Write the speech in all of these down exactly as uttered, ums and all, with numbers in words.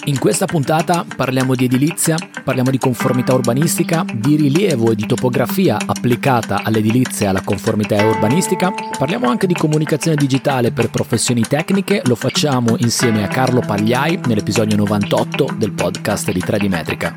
In questa puntata parliamo di edilizia, parliamo di conformità urbanistica, di rilievo e di topografia applicata all'edilizia e alla conformità urbanistica. Parliamo anche di comunicazione digitale per professioni tecniche, lo facciamo insieme a Carlo Pagliai nell'episodio novantotto del podcast di tre D Metrica.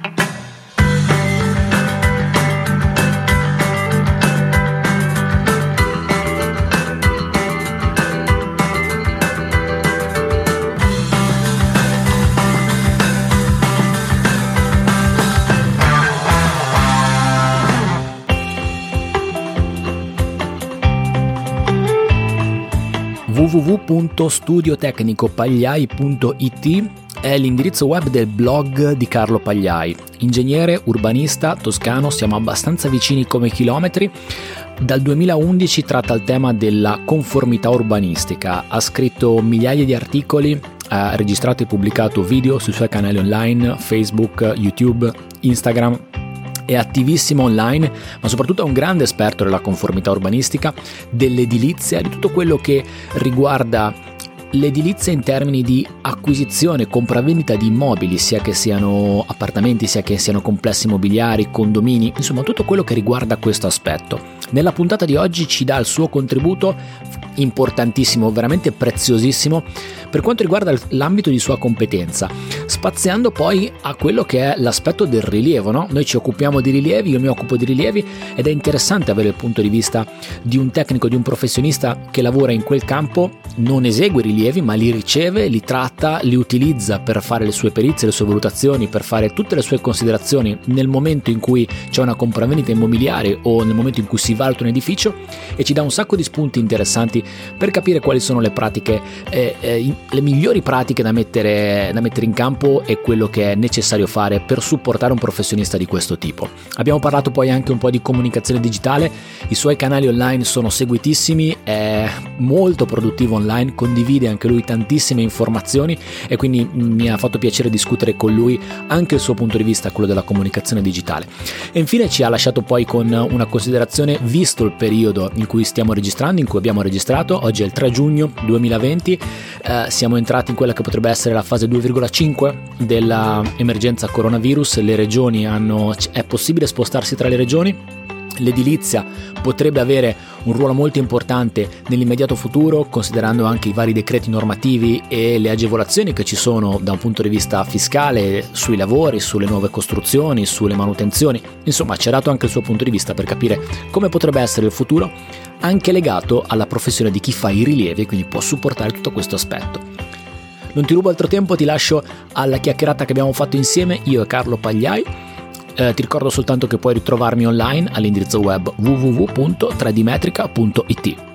w w w punto studio tecnico pagliai punto i t è l'indirizzo web del blog di Carlo Pagliai, ingegnere, urbanista, toscano, siamo abbastanza vicini come chilometri. Dal duemilaundici tratta il tema della conformità urbanistica, ha scritto migliaia di articoli, ha registrato e pubblicato video sui suoi canali online, Facebook, YouTube, Instagram. È attivissimo online, ma soprattutto è un grande esperto della conformità urbanistica, dell'edilizia, di tutto quello che riguarda l'edilizia in termini di acquisizione, compravendita di immobili, sia che siano appartamenti, sia che siano complessi immobiliari, condomini, insomma tutto quello che riguarda questo aspetto. Nella puntata di oggi ci dà il suo contributo importantissimo, veramente preziosissimo per quanto riguarda l'ambito di sua competenza, spaziando poi a quello che è l'aspetto del rilievo, no? Noi ci occupiamo di rilievi, io mi occupo di rilievi ed è interessante avere il punto di vista di un tecnico, di un professionista che lavora in quel campo, non esegue rilievi ma li riceve, li tratta, li utilizza per fare le sue perizie, le sue valutazioni, per fare tutte le sue considerazioni nel momento in cui c'è una compravendita immobiliare o nel momento in cui si valuta un edificio, e ci dà un sacco di spunti interessanti per capire quali sono le pratiche, eh, eh, le migliori pratiche da mettere, da mettere in campo e quello che è necessario fare per supportare un professionista di questo tipo. Abbiamo parlato poi anche un po' di comunicazione digitale, i suoi canali online sono seguitissimi, è molto produttivo online, condivide anche lui tantissime informazioni e quindi mi ha fatto piacere discutere con lui anche il suo punto di vista, quello della comunicazione digitale. E infine ci ha lasciato poi con una considerazione, visto il periodo in cui stiamo registrando, in cui abbiamo registrato. Oggi è il tre giugno duemilaventi, eh, siamo entrati in quella che potrebbe essere la fase due virgola cinque dell'emergenza coronavirus. Le regioni hanno, è possibile spostarsi tra le regioni. L'edilizia potrebbe avere un ruolo molto importante nell'immediato futuro, considerando anche i vari decreti normativi e le agevolazioni che ci sono da un punto di vista fiscale sui lavori, sulle nuove costruzioni, sulle manutenzioni. Insomma, ci ha dato anche il suo punto di vista per capire come potrebbe essere il futuro, anche legato alla professione di chi fa i rilievi e quindi può supportare tutto questo aspetto. Non ti rubo altro tempo, ti lascio alla chiacchierata che abbiamo fatto insieme io e Carlo Pagliai. Eh, ti ricordo soltanto che puoi ritrovarmi online all'indirizzo web w w w punto tre d metrica punto i t.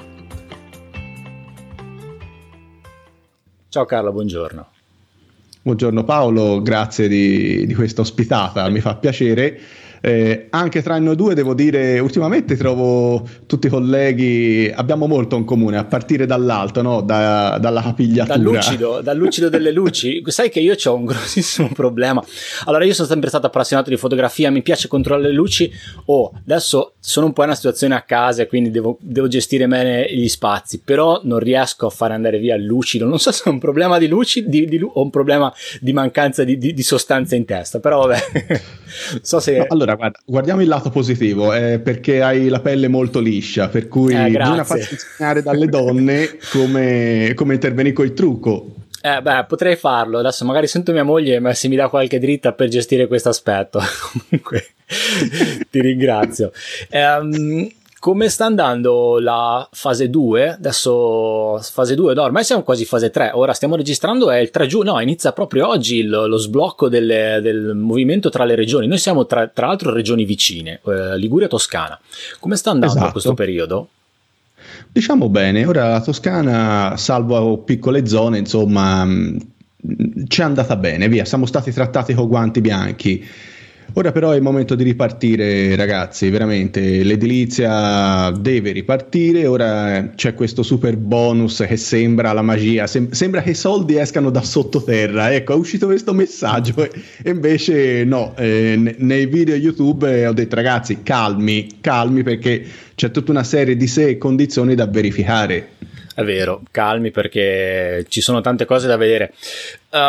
Ciao Carlo, buongiorno. Buongiorno Paolo, grazie di, di questa ospitata, mi fa piacere. Eh, anche tra noi due devo dire, ultimamente trovo tutti i colleghi, abbiamo molto in comune, a partire dall'alto, no? da, dalla capigliatura. Dal lucido, dal lucido delle luci. Sai che io ho un grossissimo problema. Allora, io sono sempre stato appassionato di fotografia, mi piace controllare le luci. Oh, adesso sono un po' in una situazione a casa e quindi devo, devo gestire bene gli spazi, però non riesco a fare andare via il lucido. Non so se è un problema di luci di, di, o un problema di mancanza di, di, di sostanza in testa, però vabbè. So se... no, allora guarda, guardiamo il lato positivo, eh, perché hai la pelle molto liscia, per cui eh, bisogna farsi insegnare dalle donne come, come intervenire col trucco. Eh beh, potrei farlo, adesso magari sento mia moglie, ma se mi dà qualche dritta per gestire questo aspetto. Comunque ti ringrazio. Um, Come sta andando la fase due? Adesso fase due, no, ormai siamo quasi fase tre, ora stiamo registrando, è il tre giugno, no, inizia proprio oggi il, lo sblocco delle, del movimento tra le regioni. Noi siamo tra, tra l'altro regioni vicine, eh, Liguria e Toscana. Come sta andando esatto. questo periodo? Diciamo bene, ora la Toscana, salvo piccole zone, insomma, ci è andata bene, via, siamo stati trattati con guanti bianchi. Ora però è il momento di ripartire, ragazzi, veramente l'edilizia deve ripartire. Ora c'è questo super bonus che sembra la magia, Sem- sembra che i soldi escano da sottoterra, ecco, è uscito questo messaggio e invece no, eh, ne- nei video YouTube ho detto ragazzi calmi, calmi perché c'è tutta una serie di se e condizioni da verificare. È vero, calmi perché ci sono tante cose da vedere. Um,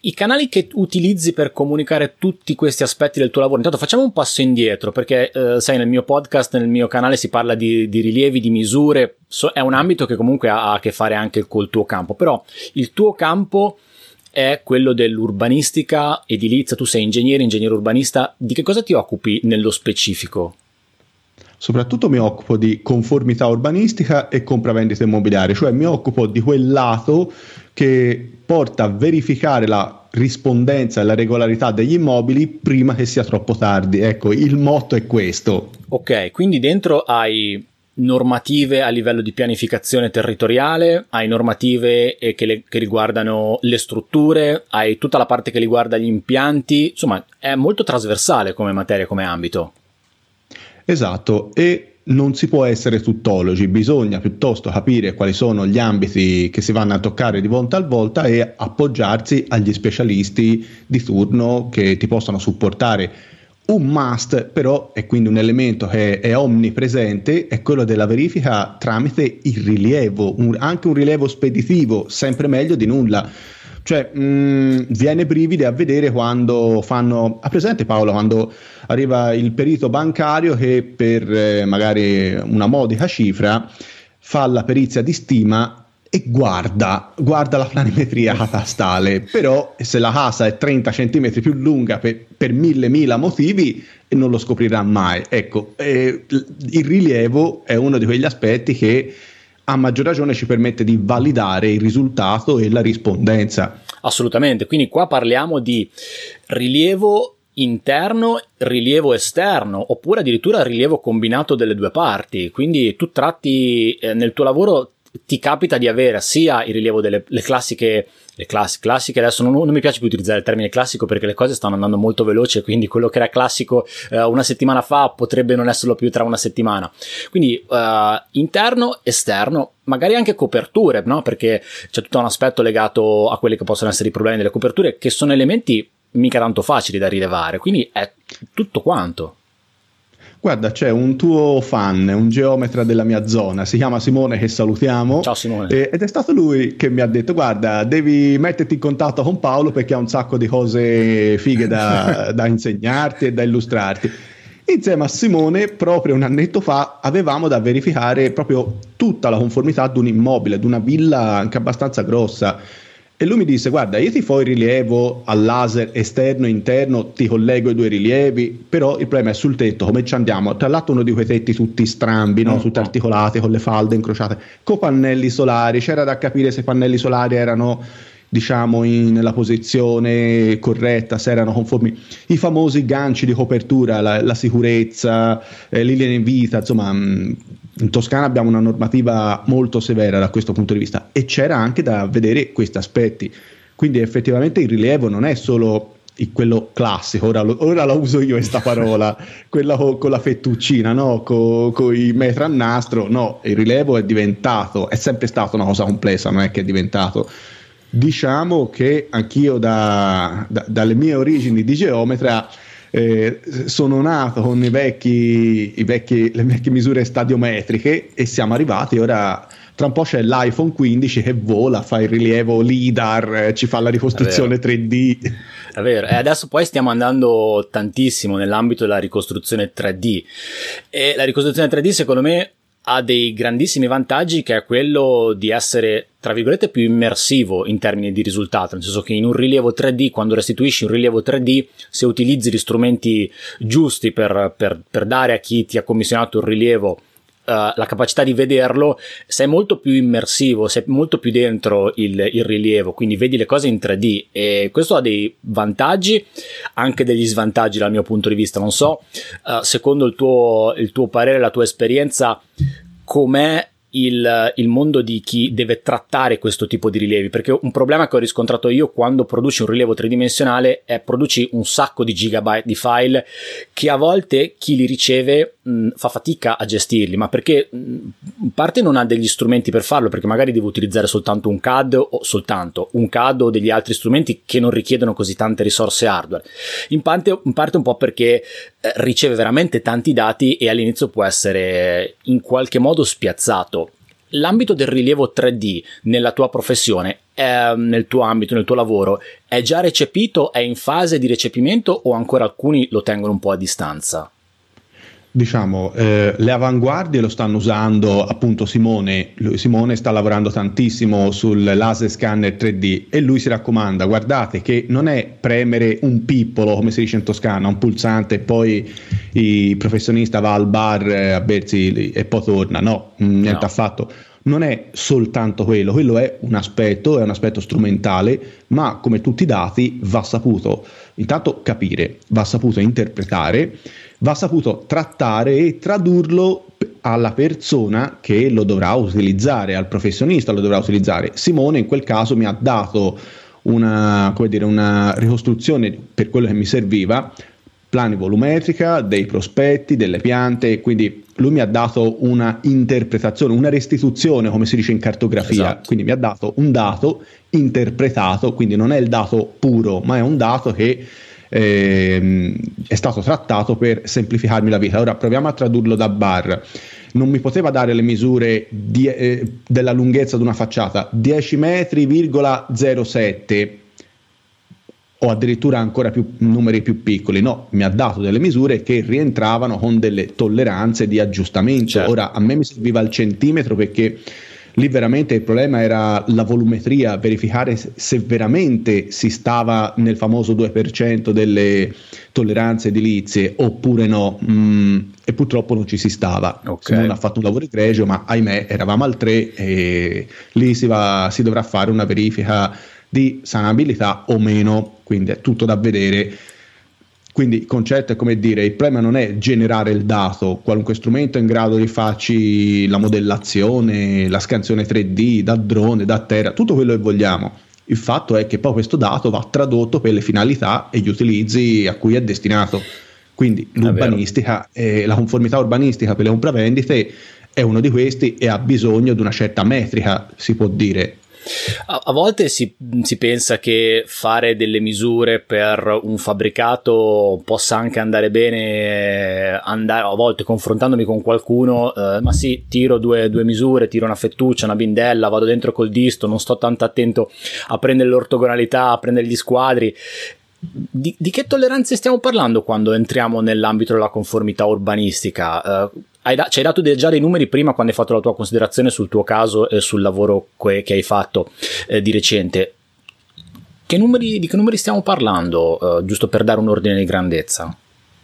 I canali che utilizzi per comunicare tutti questi aspetti del tuo lavoro, intanto facciamo un passo indietro, perché eh, sai, nel mio podcast, nel mio canale si parla di, di rilievi, di misure, so, è un ambito che comunque ha a che fare anche col tuo campo, però il tuo campo è quello dell'urbanistica edilizia, tu sei ingegnere, ingegnere urbanista, di che cosa ti occupi nello specifico? Soprattutto mi occupo di conformità urbanistica e compravendita immobiliare, cioè mi occupo di quel lato che porta a verificare la rispondenza e la regolarità degli immobili prima che sia troppo tardi. Ecco, il motto è questo. Ok, quindi dentro hai normative a livello di pianificazione territoriale, hai normative che, le, che riguardano le strutture, hai tutta la parte che riguarda gli impianti, insomma è molto trasversale come materia, come ambito. Esatto, e non si può essere tuttologi, bisogna piuttosto capire quali sono gli ambiti che si vanno a toccare di volta a volta e appoggiarsi agli specialisti di turno che ti possano supportare. Un must però, e quindi un elemento che è onnipresente, è quello della verifica tramite il rilievo, un, anche un rilievo speditivo, sempre meglio di nulla. Cioè, mh, viene brividi a vedere quando fanno, ha presente Paolo, quando arriva il perito bancario che per eh, magari una modica cifra fa la perizia di stima e guarda, guarda la planimetria catastale, però se la casa è trenta centimetri più lunga per, per mille mila motivi non lo scoprirà mai. Ecco, eh, il rilievo è uno di quegli aspetti che a maggior ragione ci permette di validare il risultato e la rispondenza. Assolutamente, quindi qua parliamo di rilievo interno, rilievo esterno, oppure addirittura rilievo combinato delle due parti, quindi tu tratti eh, nel tuo lavoro ti capita di avere sia il rilievo delle le classiche le classi, classiche adesso non, non mi piace più utilizzare il termine classico perché le cose stanno andando molto veloce, quindi quello che era classico eh, una settimana fa potrebbe non esserlo più tra una settimana, quindi eh, interno, esterno, magari anche coperture, no? Perché c'è tutto un aspetto legato a quelli che possono essere i problemi delle coperture, che sono elementi mica tanto facili da rilevare, quindi è tutto quanto. Guarda, c'è un tuo fan, un geometra della mia zona, si chiama Simone, che salutiamo. Ciao Simone. Eh, ed è stato lui che mi ha detto: guarda, devi metterti in contatto con Paolo perché ha un sacco di cose fighe da, da insegnarti e da illustrarti. Insieme a Simone, proprio un annetto fa, avevamo da verificare proprio tutta la conformità di un immobile, di una villa anche abbastanza grossa. E lui mi disse: guarda, io ti fo il rilievo al laser esterno e interno, ti collego i due rilievi, però il problema è sul tetto, come ci andiamo? Tra l'altro uno di quei tetti tutti strambi, no? Tutti articolati, con le falde incrociate, con pannelli solari, c'era da capire se i pannelli solari erano, diciamo, in, nella posizione corretta, se erano conformi, i famosi ganci di copertura, la, la sicurezza, eh, linee in vita, insomma. Mh, in Toscana abbiamo una normativa molto severa da questo punto di vista e c'era anche da vedere questi aspetti, quindi effettivamente il rilievo non è solo il, quello classico, ora, lo, ora la uso io questa parola, quella co, con la fettuccina, no? con co i metri a nastro, no, il rilievo è diventato, è sempre stata una cosa complessa, non è che è diventato. Diciamo che anch'io da, da, dalle mie origini di geometra Eh, sono nato con i vecchi, i vecchi, le vecchie misure stadiometriche e siamo arrivati ora. Tra un po' c'è l'iPhone quindici che vola, fa il rilievo LIDAR, ci fa la ricostruzione tre D. È vero, e adesso poi stiamo andando tantissimo nell'ambito della ricostruzione tre D e la ricostruzione tre D secondo me ha dei grandissimi vantaggi, che è quello di essere, tra virgolette, più immersivo in termini di risultato, nel senso che in un rilievo tre D, quando restituisci un rilievo tre D, se utilizzi gli strumenti giusti per, per, per dare a chi ti ha commissionato il rilievo Uh, la capacità di vederlo, sei molto più immersivo, sei molto più dentro il, il rilievo, quindi vedi le cose in tre D e questo ha dei vantaggi, anche degli svantaggi dal mio punto di vista. Non so, uh, secondo il tuo, il tuo parere, la tua esperienza, com'è il, il mondo di chi deve trattare questo tipo di rilievi, perché un problema che ho riscontrato io quando produci un rilievo tridimensionale è produci un sacco di gigabyte di file che a volte chi li riceve mh, fa fatica a gestirli, ma perché mh, in parte non ha degli strumenti per farlo, perché magari deve utilizzare soltanto un C A D o soltanto un C A D o degli altri strumenti che non richiedono così tante risorse hardware, in parte, in parte un po' perché eh, riceve veramente tanti dati e all'inizio può essere in qualche modo spiazzato. L'ambito del rilievo tre D nella tua professione eh, nel tuo ambito, nel tuo lavoro, è già recepito, è in fase di recepimento o ancora alcuni lo tengono un po' a distanza? Diciamo, eh, le avanguardie lo stanno usando appunto Simone, lui, Simone sta lavorando tantissimo sul laser scanner tre D e lui si raccomanda, guardate che non è premere un pippolo, come si dice in Toscana, un pulsante e poi il professionista va al bar a bersi e poi torna, no, niente no. affatto. Non è soltanto quello, quello è un aspetto, è un aspetto strumentale, ma come tutti i dati va saputo intanto capire, va saputo interpretare, va saputo trattare e tradurlo alla persona che lo dovrà utilizzare, al professionista lo dovrà utilizzare. Simone in quel caso mi ha dato una, come dire, una ricostruzione per quello che mi serviva, planivolumetrica, dei prospetti, delle piante, quindi lui mi ha dato una interpretazione, una restituzione, come si dice in cartografia, esatto. Quindi mi ha dato un dato interpretato, quindi non è il dato puro, ma è un dato che eh, è stato trattato per semplificarmi la vita. Ora proviamo a tradurlo da bar. Non mi poteva dare le misure di, eh, della lunghezza di una facciata, dieci metri virgola zero sette, o addirittura ancora più numeri più piccoli. No, mi ha dato delle misure che rientravano con delle tolleranze di aggiustamento. Certo. Ora a me mi serviva il centimetro perché lì veramente il problema era la volumetria, verificare se veramente si stava nel famoso due per cento delle tolleranze edilizie oppure no, mm, e purtroppo non ci si stava. Okay. Simone ha fatto un lavoro egregio, ma ahimè eravamo al tre e lì si, va, si dovrà fare una verifica di sanabilità o meno, quindi è tutto da vedere. Quindi il concetto è come dire, il problema non è generare il dato, qualunque strumento è in grado di farci la modellazione, la scansione tre D, da drone, da terra, tutto quello che vogliamo. Il fatto è che poi questo dato va tradotto per le finalità e gli utilizzi a cui è destinato. Quindi l'urbanistica, eh, la conformità urbanistica per le compravendite è uno di questi e ha bisogno di una certa metrica, si può dire. A, a volte si, si pensa che fare delle misure per un fabbricato possa anche andare bene, andare, a volte confrontandomi con qualcuno, eh, ma sì, tiro due, due misure, tiro una fettuccia, una bindella, vado dentro col disto, non sto tanto attento a prendere l'ortogonalità, a prendere gli squadri. Di, di che tolleranze stiamo parlando quando entriamo nell'ambito della conformità urbanistica? Uh, hai da, ci hai dato già dei numeri prima quando hai fatto la tua considerazione sul tuo caso e sul lavoro que, che hai fatto eh, di recente. Che numeri, di che numeri stiamo parlando, uh, giusto per dare un ordine di grandezza?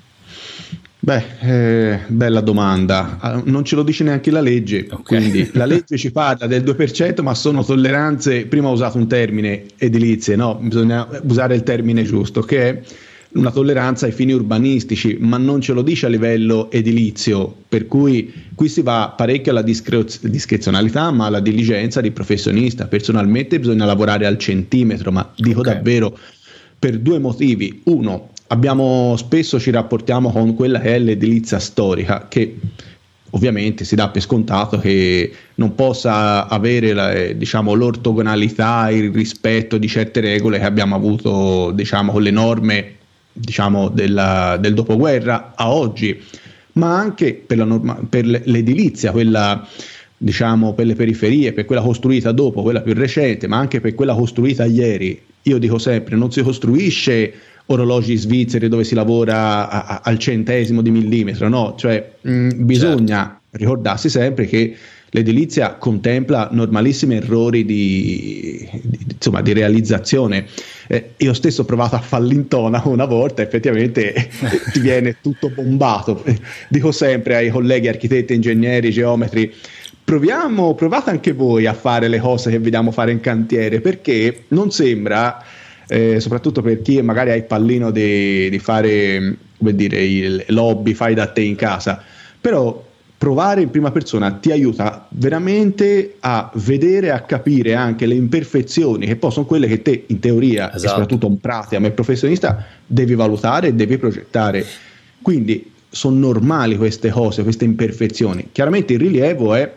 Beh, eh, bella domanda, non ce lo dice neanche la legge, okay. Quindi la legge ci parla del due per cento, ma sono tolleranze, prima ho usato un termine edilizie, no, bisogna usare il termine giusto, che è una tolleranza ai fini urbanistici, ma non ce lo dice a livello edilizio, per cui qui si va parecchio alla discre- discrezionalità, ma alla diligenza di professionista. Personalmente bisogna lavorare al centimetro, ma dico okay. davvero per due motivi. Uno, abbiamo spesso ci rapportiamo con quella che è l'edilizia storica, che ovviamente si dà per scontato che non possa avere la, diciamo, l'ortogonalità, il rispetto di certe regole che abbiamo avuto, diciamo, con le norme, diciamo, della, del dopoguerra a oggi, ma anche per, la norma, per l'edilizia, quella, diciamo, per le periferie, per quella costruita dopo, quella più recente, ma anche per quella costruita ieri. Io dico sempre, non si costruisce orologi svizzeri dove si lavora a, a, al centesimo di millimetro, no, cioè mh, bisogna certo. ricordarsi sempre che l'edilizia contempla normalissimi errori di, di, insomma, di realizzazione. Eh, io stesso ho provato a fare l'intona una volta, effettivamente ti viene tutto bombato. Dico sempre ai colleghi architetti, ingegneri, geometri, proviamo, provate anche voi a fare le cose che vediamo fare in cantiere, perché non sembra, eh, soprattutto per chi magari ha il pallino di, di fare, come dire, il lobby, fai da te in casa, però provare in prima persona ti aiuta veramente a vedere, a capire anche le imperfezioni che poi sono quelle che te in teoria, esatto. e soprattutto in pratica, ma il professionista devi valutare e devi progettare. Quindi sono normali queste cose, queste imperfezioni. Chiaramente il rilievo è,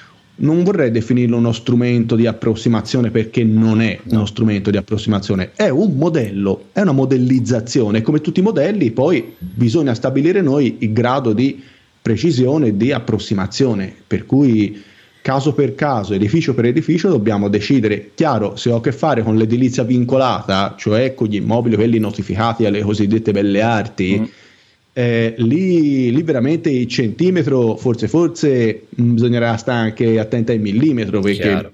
non vorrei definirlo uno strumento di approssimazione, perché non è uno strumento di approssimazione, è un modello, è una modellizzazione. Come tutti i modelli poi bisogna stabilire noi il grado di precisione e di approssimazione, per cui caso per caso, edificio per edificio, dobbiamo decidere, chiaro, se ho a che fare con l'edilizia vincolata, cioè con gli immobili quelli notificati alle cosiddette belle arti, mm. eh, lì, lì veramente il centimetro, forse forse bisognerà stare anche attenti al millimetro, perché chiaro,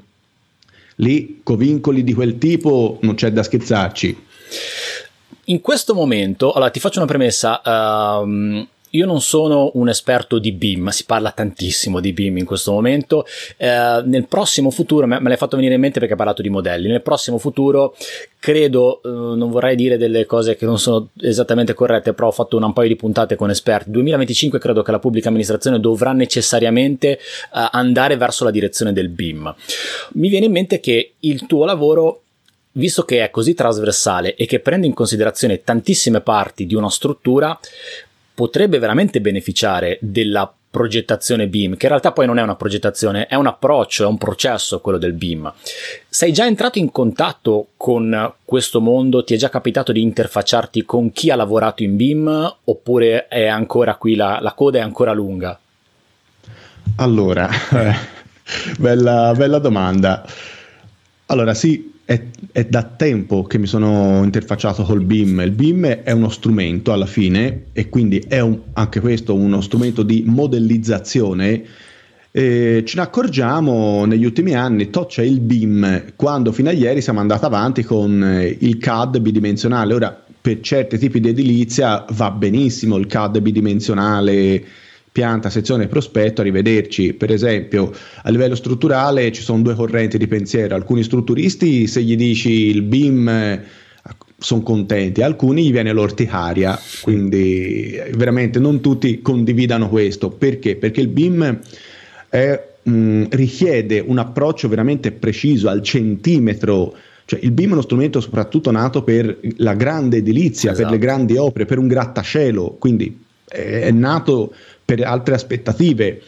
lì con vincoli di quel tipo non c'è da scherzarci. In questo momento, allora ti faccio una premessa, um, io non sono un esperto di B I M, si parla tantissimo di B I M in questo momento, eh, nel prossimo futuro, me, me l'hai fatto venire in mente perché hai parlato di modelli, nel prossimo futuro credo, eh, non vorrei dire delle cose che non sono esattamente corrette, però ho fatto un paio di puntate con esperti, duemilaventicinque credo che la pubblica amministrazione dovrà necessariamente eh, andare verso la direzione del B I M. Mi viene in mente che il tuo lavoro, visto che è così trasversale e che prende in considerazione tantissime parti di una struttura, potrebbe veramente beneficiare della progettazione B I M, che in realtà poi non è una progettazione, è un approccio, è un processo quello del B I M. Sei già entrato in contatto con questo mondo? Ti è già capitato di interfacciarti con chi ha lavorato in B I M, oppure è ancora qui la, la coda è ancora lunga? Allora, eh, bella, bella domanda. Allora sì, È, è da tempo che mi sono interfacciato col B I M. Il B I M è uno strumento alla fine, e quindi è un, anche questo uno strumento di modellizzazione. Eh, ce ne accorgiamo negli ultimi anni, to c'è il B I M, quando fino a ieri siamo andati avanti con il C A D bidimensionale. Ora, per certi tipi di edilizia va benissimo il C A D bidimensionale, pianta, sezione, prospetto, arrivederci. Per esempio, a livello strutturale ci sono due correnti di pensiero: alcuni strutturisti, se gli dici il B I M, sono contenti, alcuni gli viene l'orticaria, quindi veramente non tutti condividano questo. Perché? Perché il B I M è, mh, richiede un approccio veramente preciso, al centimetro. Cioè, il B I M è uno strumento soprattutto nato per la grande edilizia, esatto, per le grandi opere, per un grattacielo, quindi è, è nato per altre aspettative.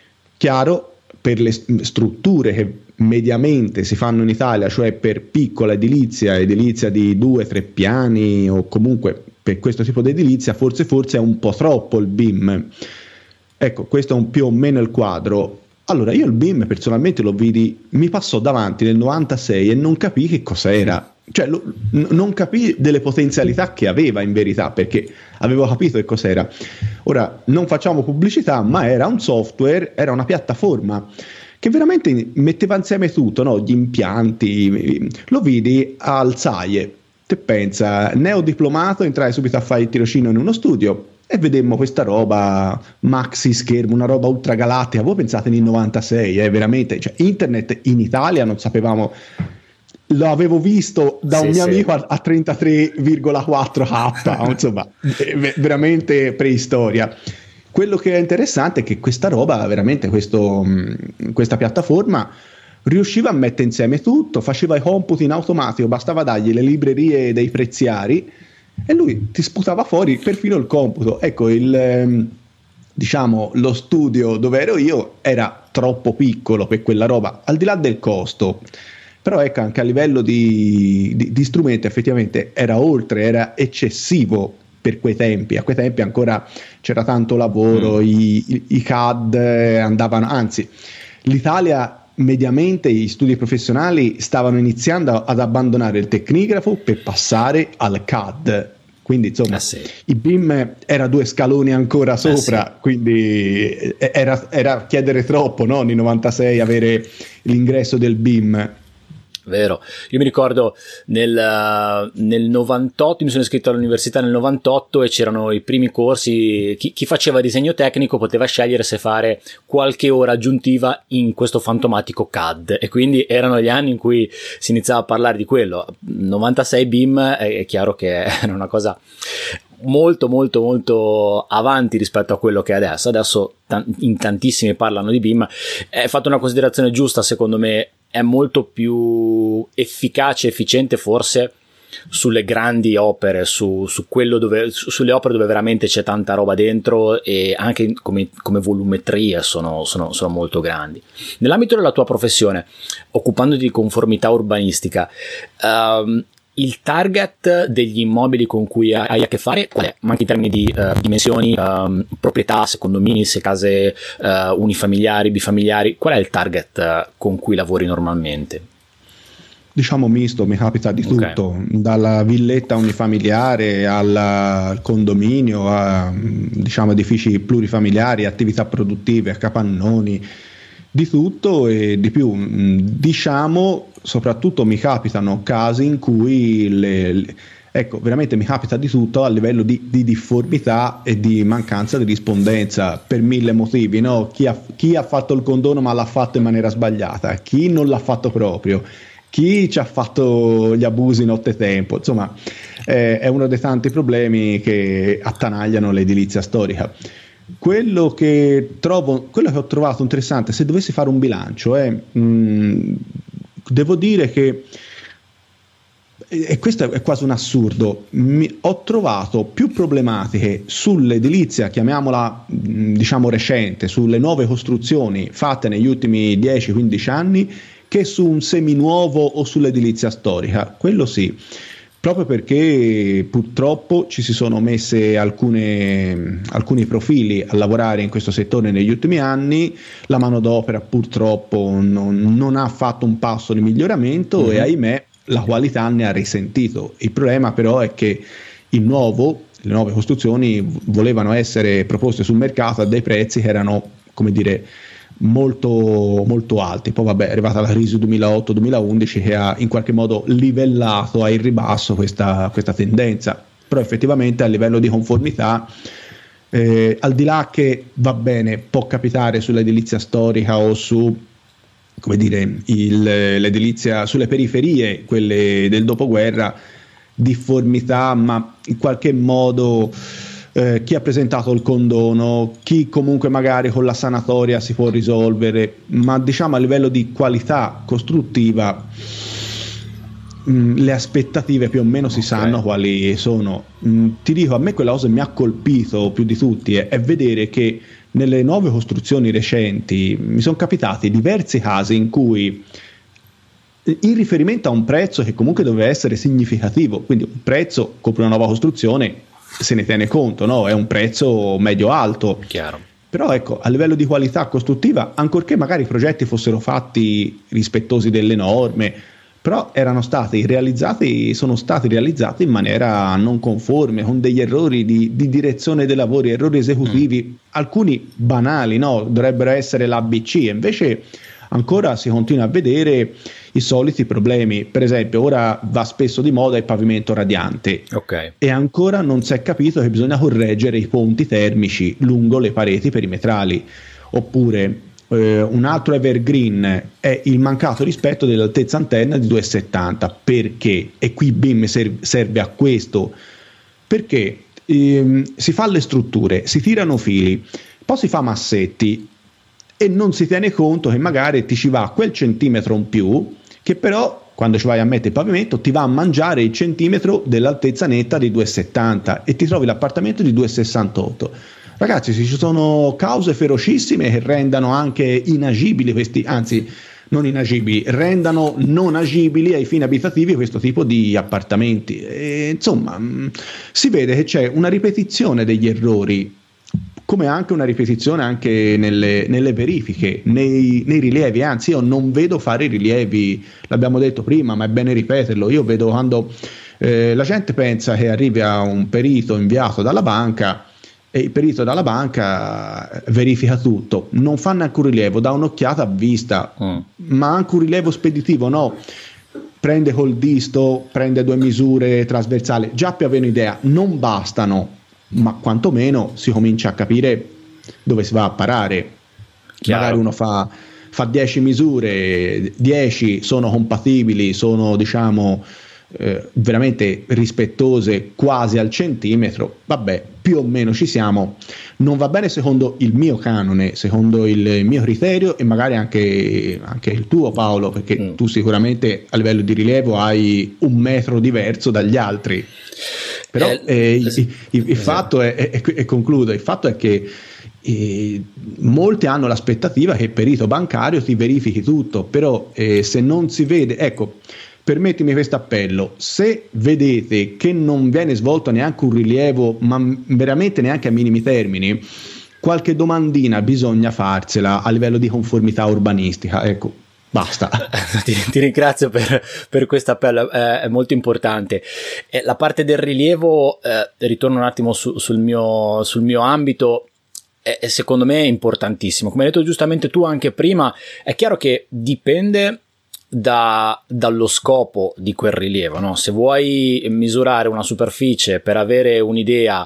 Chiaro, per le strutture che mediamente si fanno in Italia, cioè per piccola edilizia, edilizia di due, tre piani, o comunque per questo tipo di edilizia, forse forse è un po' troppo il B I M. Ecco, questo è un più o meno il quadro. Allora, io il B I M personalmente lo vidi, mi passò davanti nel novantasei e non capii che cos'era. Cioè, lo, n- non capii delle potenzialità che aveva in verità, perché avevo capito che cos'era. Ora, non facciamo pubblicità, ma era un software, era una piattaforma che veramente metteva insieme tutto, no? Gli impianti. Lo vidi al S A I E, te pensa, neodiplomato, entrai subito a fare il tirocinio in uno studio e vedemmo questa roba maxi schermo, una roba ultra galattica. Voi pensate nel novantasei, eh, veramente, cioè, internet in Italia non sapevamo. Lo avevo visto da sì, un mio sì. amico a, a trentatré virgola quattro K, insomma, veramente preistoria. Quello che è interessante è che questa roba, veramente questo, questa piattaforma riusciva a mettere insieme tutto, faceva i computi in automatico, bastava dargli le librerie dei preziari e lui ti sputava fuori perfino il computo. Ecco, il, diciamo, lo studio dove ero io era troppo piccolo per quella roba, al di là del costo. Però ecco, anche a livello di, di, di strumento effettivamente era oltre, era eccessivo per quei tempi. A quei tempi ancora c'era tanto lavoro, mm. i, i, i C A D andavano, anzi l'Italia mediamente, gli studi professionali stavano iniziando ad abbandonare il tecnigrafo per passare al C A D. Quindi insomma ah, sì. il B I M era due scaloni ancora sopra, ah, sì. quindi era, era chiedere troppo, no? Nel novantasei avere l'ingresso del B I M. Vero, io mi ricordo nel, nel novantotto, mi sono iscritto all'università nel novantotto e c'erano i primi corsi, chi, chi faceva disegno tecnico poteva scegliere se fare qualche ora aggiuntiva in questo fantomatico C A D, e quindi erano gli anni in cui si iniziava a parlare di quello. novantasei B I M è, è chiaro che era una cosa molto molto molto avanti rispetto a quello che è adesso. Adesso in tantissimi parlano di B I M. È fatta una considerazione giusta, secondo me. È molto più efficace, efficiente forse sulle grandi opere, su, su quello dove, su, sulle opere dove veramente c'è tanta roba dentro, e anche come, come volumetrie sono, sono, sono molto grandi. Nell'ambito della tua professione, occupandoti di conformità urbanistica, um, Il target degli immobili con cui hai a che fare qual è? Ma anche in termini di uh, dimensioni, uh, proprietà, se condomini, se case uh, unifamiliari, bifamiliari, qual è il target uh, con cui lavori normalmente? Diciamo misto, mi capita di okay. tutto, dalla villetta unifamiliare al, al condominio, a diciamo edifici plurifamiliari, attività produttive, a capannoni, di tutto e di più. Diciamo, soprattutto mi capitano casi in cui le, le, ecco, veramente mi capita di tutto a livello di, di difformità e di mancanza di rispondenza per mille motivi, no? Chi ha, chi ha fatto il condono ma l'ha fatto in maniera sbagliata, chi non l'ha fatto proprio, chi ci ha fatto gli abusi nottetempo, insomma eh, è uno dei tanti problemi che attanagliano l'edilizia storica. Quello che trovo, quello che ho trovato interessante, se dovessi fare un bilancio, è mh, devo dire che, e questo è quasi un assurdo, mi, ho trovato più problematiche sull'edilizia, chiamiamola mh, diciamo recente, sulle nuove costruzioni fatte negli ultimi dieci quindici anni, che su un seminuovo o sull'edilizia storica. Quello sì, proprio perché purtroppo ci si sono messe alcune, alcuni profili a lavorare in questo settore negli ultimi anni, la manodopera purtroppo non, non ha fatto un passo di miglioramento mm-hmm. e ahimè la qualità ne ha risentito. Il problema però è che il nuovo, le nuove costruzioni volevano essere proposte sul mercato a dei prezzi che erano, come dire, molto molto alti. Poi vabbè, è arrivata la crisi duemilaotto duemilaundici che ha in qualche modo livellato a il ribasso questa, questa tendenza, però effettivamente a livello di conformità eh, al di là che va bene, può capitare sull'edilizia storica o su, come dire, il, l'edilizia sulle periferie, quelle del dopoguerra, difformità, ma in qualche modo Eh, chi ha presentato il condono, chi comunque magari con la sanatoria si può risolvere, ma diciamo a livello di qualità costruttiva mh, le aspettative più o meno si okay. sanno quali sono. Mh, ti dico, a me quella cosa che mi ha colpito più di tutti è, è vedere che nelle nuove costruzioni recenti mi sono capitati diversi casi in cui, in riferimento a un prezzo che comunque doveva essere significativo, quindi un prezzo copre una nuova costruzione, se ne tiene conto, no? È un prezzo medio-alto. Chiaro. Però ecco, a livello di qualità costruttiva, ancorché magari i progetti fossero fatti rispettosi delle norme, però erano stati realizzati, sono stati realizzati in maniera non conforme, con degli errori di, di direzione dei lavori, errori esecutivi, mm. alcuni banali, no? Dovrebbero essere l'A B C, e invece ancora si continua a vedere i soliti problemi. Per esempio, ora va spesso di moda il pavimento radiante, okay. e ancora non si è capito che bisogna correggere i ponti termici lungo le pareti perimetrali. Oppure eh, un altro evergreen è il mancato rispetto dell'altezza antenna di due virgola settanta. Perché? E qui B I M serve, serve a questo, perché ehm, si fa le strutture, si tirano fili, poi si fa massetti e non si tiene conto che magari ti ci va quel centimetro in più, che però quando ci vai a mettere il pavimento ti va a mangiare il centimetro dell'altezza netta di due virgola settanta e ti trovi l'appartamento di due virgola sessantotto. Ragazzi, ci sono cause ferocissime che rendano anche inagibili questi, anzi non inagibili, rendano non agibili ai fini abitativi questo tipo di appartamenti. E, insomma, si vede che c'è una ripetizione degli errori, come anche una ripetizione anche nelle, nelle verifiche, nei, nei rilievi. Anzi, io non vedo fare i rilievi, l'abbiamo detto prima, ma è bene ripeterlo. Io vedo quando eh, la gente pensa che arrivi a un perito inviato dalla banca e il perito dalla banca verifica tutto, non fa neanche un rilievo, dà un'occhiata a vista, mm. ma anche un rilievo speditivo no, prende col disto, prende due misure trasversali, già più avere un'idea, non bastano, ma quantomeno si comincia a capire dove si va a parare. Chiaro. Magari uno fa fa dieci misure, dieci sono compatibili, sono diciamo eh, veramente rispettose quasi al centimetro, vabbè, più o meno ci siamo. Non va bene secondo il mio canone, secondo il mio criterio, e magari anche, anche il tuo, Paolo, perché mm. tu sicuramente a livello di rilievo hai un metro diverso dagli altri. Però eh, eh, il, il, il fatto è, è, e concludo, il fatto è che eh, molti hanno l'aspettativa che il perito bancario ti verifichi tutto, però eh, se non si vede, ecco, permettimi questo appello: se vedete che non viene svolto neanche un rilievo, ma veramente neanche a minimi termini, qualche domandina bisogna farsela a livello di conformità urbanistica, ecco, basta. ti, ti ringrazio per, per questo appello, è, è molto importante. Eh, la parte del rilievo, eh, ritorno un attimo su, sul, mio, sul mio ambito, è, è secondo me importantissimo. Come hai detto giustamente tu anche prima, è chiaro che dipende Da, dallo scopo di quel rilievo, no? Se vuoi misurare una superficie per avere un'idea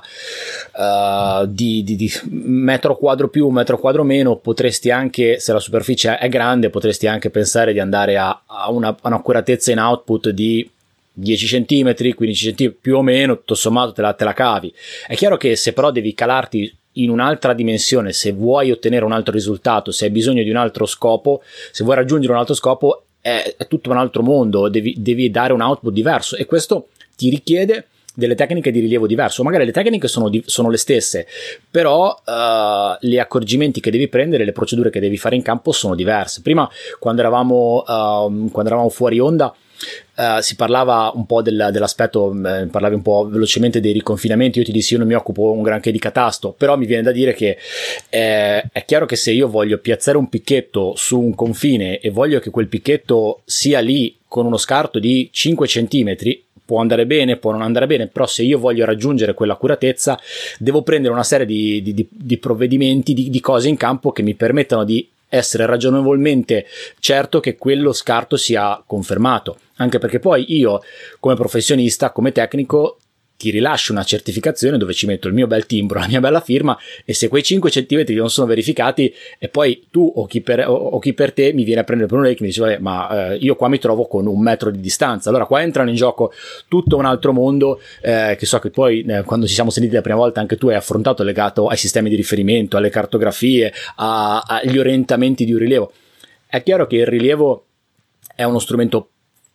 uh, di, di, di metro quadro più, metro quadro meno, potresti anche, se la superficie è grande, potresti anche pensare di andare a, a una, un'accuratezza in output di dieci centimetri, quindici centimetri, più o meno, tutto sommato te la, te la cavi. È chiaro che se però devi calarti in un'altra dimensione, se vuoi ottenere un altro risultato, se hai bisogno di un altro scopo, se vuoi raggiungere un altro scopo, è, è tutto un altro mondo, devi, devi dare un output diverso, e questo ti richiede delle tecniche di rilievo diverso. Magari le tecniche sono, di, sono le stesse, però uh, gli accorgimenti che devi prendere, le procedure che devi fare in campo sono diverse. Prima, quando eravamo, uh, quando eravamo fuori onda, Uh, si parlava un po' del, dell'aspetto, eh, parlavi un po' velocemente dei riconfinamenti. Io ti dissi, io non mi occupo un granché di catasto, però mi viene da dire che eh, è chiaro che se io voglio piazzare un picchetto su un confine e voglio che quel picchetto sia lì con uno scarto di cinque centimetri, può andare bene, può non andare bene, però se io voglio raggiungere quell'accuratezza devo prendere una serie di, di, di, di provvedimenti, di, di cose in campo che mi permettano di essere ragionevolmente certo che quello scarto sia confermato, anche perché poi io, come professionista, come tecnico, ti rilascio una certificazione dove ci metto il mio bel timbro, la mia bella firma, e se quei cinque centimetri non sono verificati, e poi tu o chi per, o, o chi per te mi viene a prendere per un orecchio e mi dice vabbè, ma eh, io qua mi trovo con un metro di distanza. Allora qua entrano in gioco tutto un altro mondo, eh, che so che poi eh, quando ci siamo sentiti la prima volta anche tu hai affrontato, legato ai sistemi di riferimento, alle cartografie, a, agli orientamenti di un rilievo. È chiaro che il rilievo è uno strumento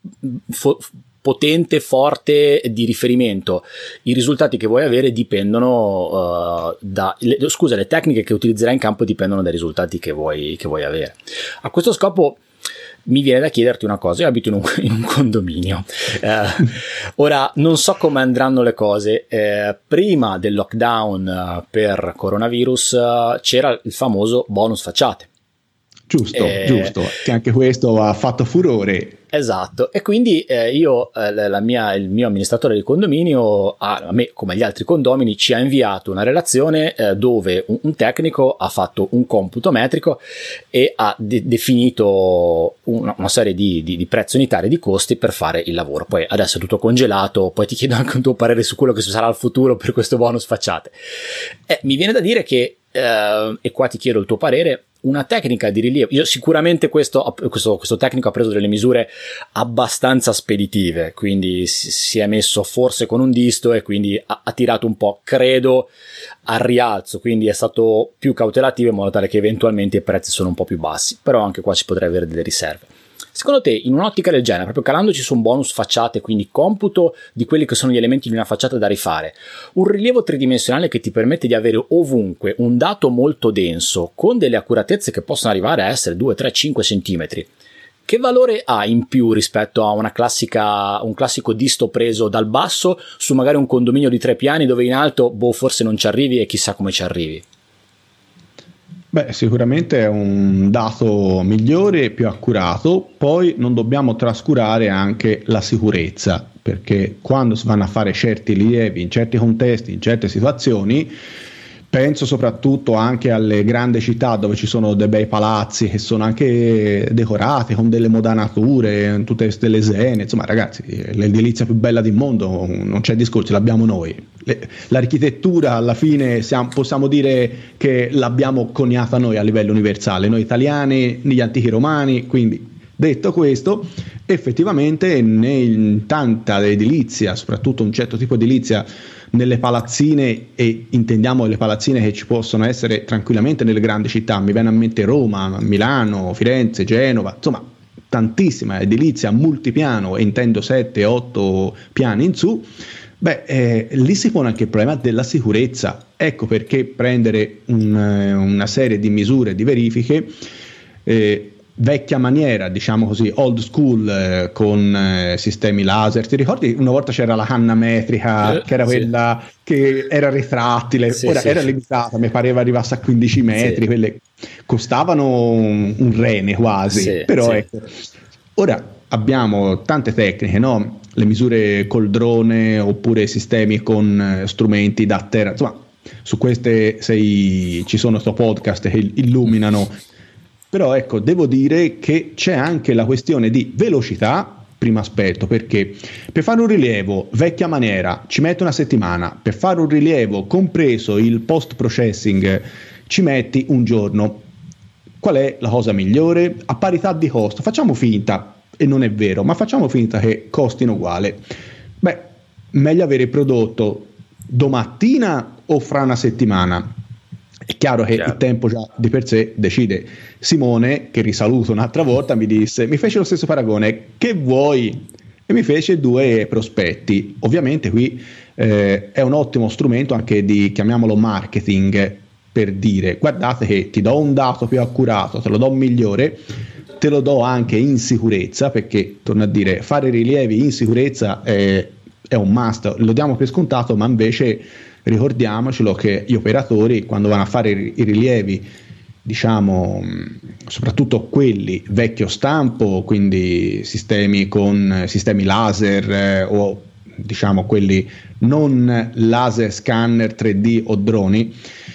fo- potente, forte, di riferimento. I risultati che vuoi avere dipendono uh, da le, scusa, le tecniche che utilizzerai in campo dipendono dai risultati che vuoi, che vuoi avere. A questo scopo mi viene da chiederti una cosa: io abito in un, in un condominio, uh, ora non so come andranno le cose. Uh, prima del lockdown uh, per coronavirus uh, c'era il famoso bonus facciate. Giusto, eh, giusto, che anche questo ha fatto furore. Esatto, e quindi eh, io, eh, la mia, il mio amministratore di condominio, a, a me come agli altri condomini, ci ha inviato una relazione eh, dove un, un tecnico ha fatto un computo metrico e ha de- definito una, una serie di, di, di prezzi unitari, di costi per fare il lavoro. Poi adesso è tutto congelato, poi ti chiedo anche un tuo parere su quello che sarà il futuro per questo bonus facciate. Eh, mi viene da dire che, eh, e qua ti chiedo il tuo parere, una tecnica di rilievo, io sicuramente questo, questo, questo tecnico ha preso delle misure abbastanza speditive, quindi si, si è messo forse con un disto e quindi ha, ha tirato un po', credo, al rialzo, quindi è stato più cautelativo in modo tale che eventualmente i prezzi sono un po' più bassi, però anche qua ci potrebbe avere delle riserve. Secondo te, in un'ottica del genere, proprio calandoci su un bonus facciate, quindi computo di quelli che sono gli elementi di una facciata da rifare, un rilievo tridimensionale che ti permette di avere ovunque un dato molto denso, con delle accuratezze che possono arrivare a essere due, tre, cinque centimetri, che valore ha in più rispetto a una classica, un classico disto preso dal basso su magari un condominio di tre piani dove in alto, boh, forse non ci arrivi e chissà come ci arrivi? Beh, sicuramente è un dato migliore e più accurato. Poi non dobbiamo trascurare anche la sicurezza, perché quando si vanno a fare certi rilievi in certi contesti, in certe situazioni, penso soprattutto anche alle grandi città dove ci sono dei bei palazzi che sono anche decorati con delle modanature, tutte queste lesene, insomma ragazzi, l'edilizia più bella del mondo, non c'è discorso, l'abbiamo noi. Le, l'architettura alla fine siamo, possiamo dire che l'abbiamo coniata noi a livello universale, noi italiani, gli antichi romani, quindi detto questo, effettivamente in tanta edilizia, soprattutto un certo tipo di edilizia, nelle palazzine, e intendiamo le palazzine che ci possono essere tranquillamente nelle grandi città, mi viene a mente Roma, Milano, Firenze, Genova, insomma tantissima edilizia multipiano, e intendo sette otto piani in su. Beh, eh, lì si pone anche il problema della sicurezza. Ecco perché prendere un, una serie di misure, di verifiche, eh, vecchia maniera, diciamo così, old school, eh, con eh, sistemi laser. Ti ricordi una volta c'era la canna metrica, eh, che era sì. quella che era retrattile, sì, ora sì. era limitata, mi pareva arrivasse a quindici metri, sì. quelle costavano un, un rene quasi, sì, però sì. ecco, ora abbiamo tante tecniche, no? Le misure col drone oppure sistemi con eh, strumenti da terra, insomma, su queste sei, ci sono sto podcast che illuminano. Però ecco, devo dire che c'è anche la questione di velocità, primo aspetto, perché per fare un rilievo vecchia maniera ci mette una settimana, per fare un rilievo compreso il post processing ci metti un giorno. Qual è la cosa migliore? A parità di costo, facciamo finta, e non è vero, ma facciamo finta che costino uguale. Beh, meglio avere il prodotto domattina o fra una settimana? È chiaro che chiaro. Il tempo già di per sé decide. Simone, che risaluto un'altra volta, mi disse, mi fece lo stesso paragone, che vuoi? E mi fece due prospetti. Ovviamente qui eh, è un ottimo strumento anche di, chiamiamolo marketing, per dire, guardate che ti do un dato più accurato, te lo do migliore, te lo do anche in sicurezza, perché, torno a dire, fare rilievi in sicurezza è, è un must, lo diamo per scontato, ma invece ricordiamocelo che gli operatori, quando vanno a fare i rilievi, diciamo soprattutto quelli vecchio stampo, quindi sistemi con sistemi laser eh, o diciamo quelli non laser scanner tre D o droni,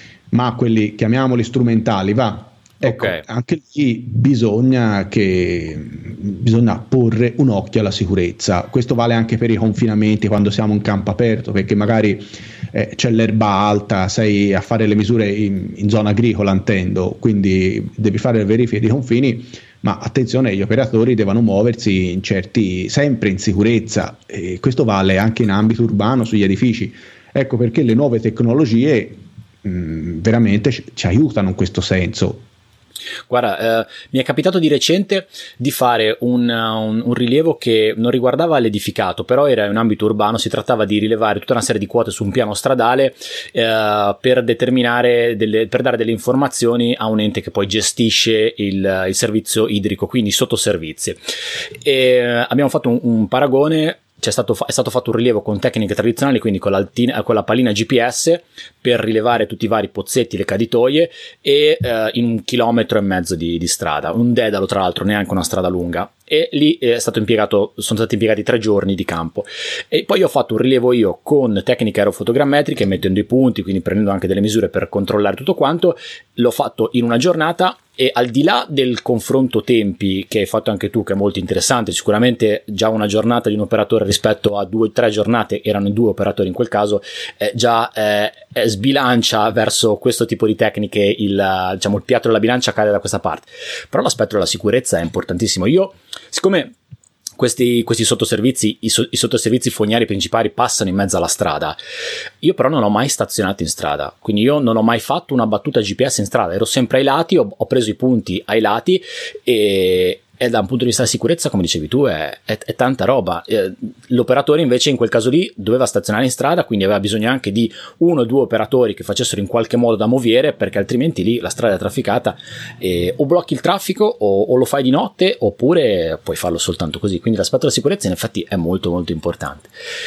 ma quelli chiamiamoli strumentali, va. Ecco, okay. Anche lì bisogna che bisogna porre un occhio alla sicurezza. Questo vale anche per i confinamenti quando siamo in campo aperto, perché magari eh, c'è l'erba alta, sei a fare le misure in, in zona agricola, intendo, quindi devi fare le verifiche di confini, ma attenzione, gli operatori devono muoversi in certi, sempre in sicurezza, e questo vale anche in ambito urbano, sugli edifici. Ecco perché le nuove tecnologie mh, veramente ci, ci aiutano in questo senso. Guarda, eh, mi è capitato di recente di fare un, un, un rilievo che non riguardava l'edificato, però era in ambito urbano. Si trattava di rilevare tutta una serie di quote su un piano stradale eh, per determinare delle, per dare delle informazioni a un ente che poi gestisce il, il servizio idrico, quindi i sottoservizi. E abbiamo fatto un, un paragone. C'è stato, è stato fatto un rilievo con tecniche tradizionali, quindi con, con la pallina G P S per rilevare tutti i vari pozzetti, le caditoie, e eh, in un chilometro e mezzo di, di strada, un dedalo tra l'altro, neanche una strada lunga, e lì è stato impiegato, sono stati impiegati tre giorni di campo. E poi ho fatto un rilievo io con tecniche aerofotogrammetriche, mettendo i punti, quindi prendendo anche delle misure per controllare tutto quanto. L'ho fatto in una giornata, e al di là del confronto tempi che hai fatto anche tu, che è molto interessante, sicuramente già una giornata di un operatore rispetto a due o tre giornate, erano due operatori in quel caso, eh, già eh, eh, sbilancia verso questo tipo di tecniche, il, diciamo, il piatto della bilancia cade da questa parte. Però l'aspetto della sicurezza è importantissimo. Io, siccome Questi, questi sottoservizi, i, so, i sottoservizi fognari principali passano in mezzo alla strada, io però non ho mai stazionato in strada, quindi io non ho mai fatto una battuta G P S in strada, ero sempre ai lati, ho, ho preso i punti ai lati, e, e da un punto di vista di sicurezza, come dicevi tu, è, è, è tanta roba. Eh, l'operatore invece in quel caso lì doveva stazionare in strada, quindi aveva bisogno anche di uno o due operatori che facessero in qualche modo da moviere, perché altrimenti lì la strada è trafficata, e o blocchi il traffico o, o lo fai di notte, oppure puoi farlo soltanto così. Quindi l'aspetto della sicurezza in effetti è molto molto importante.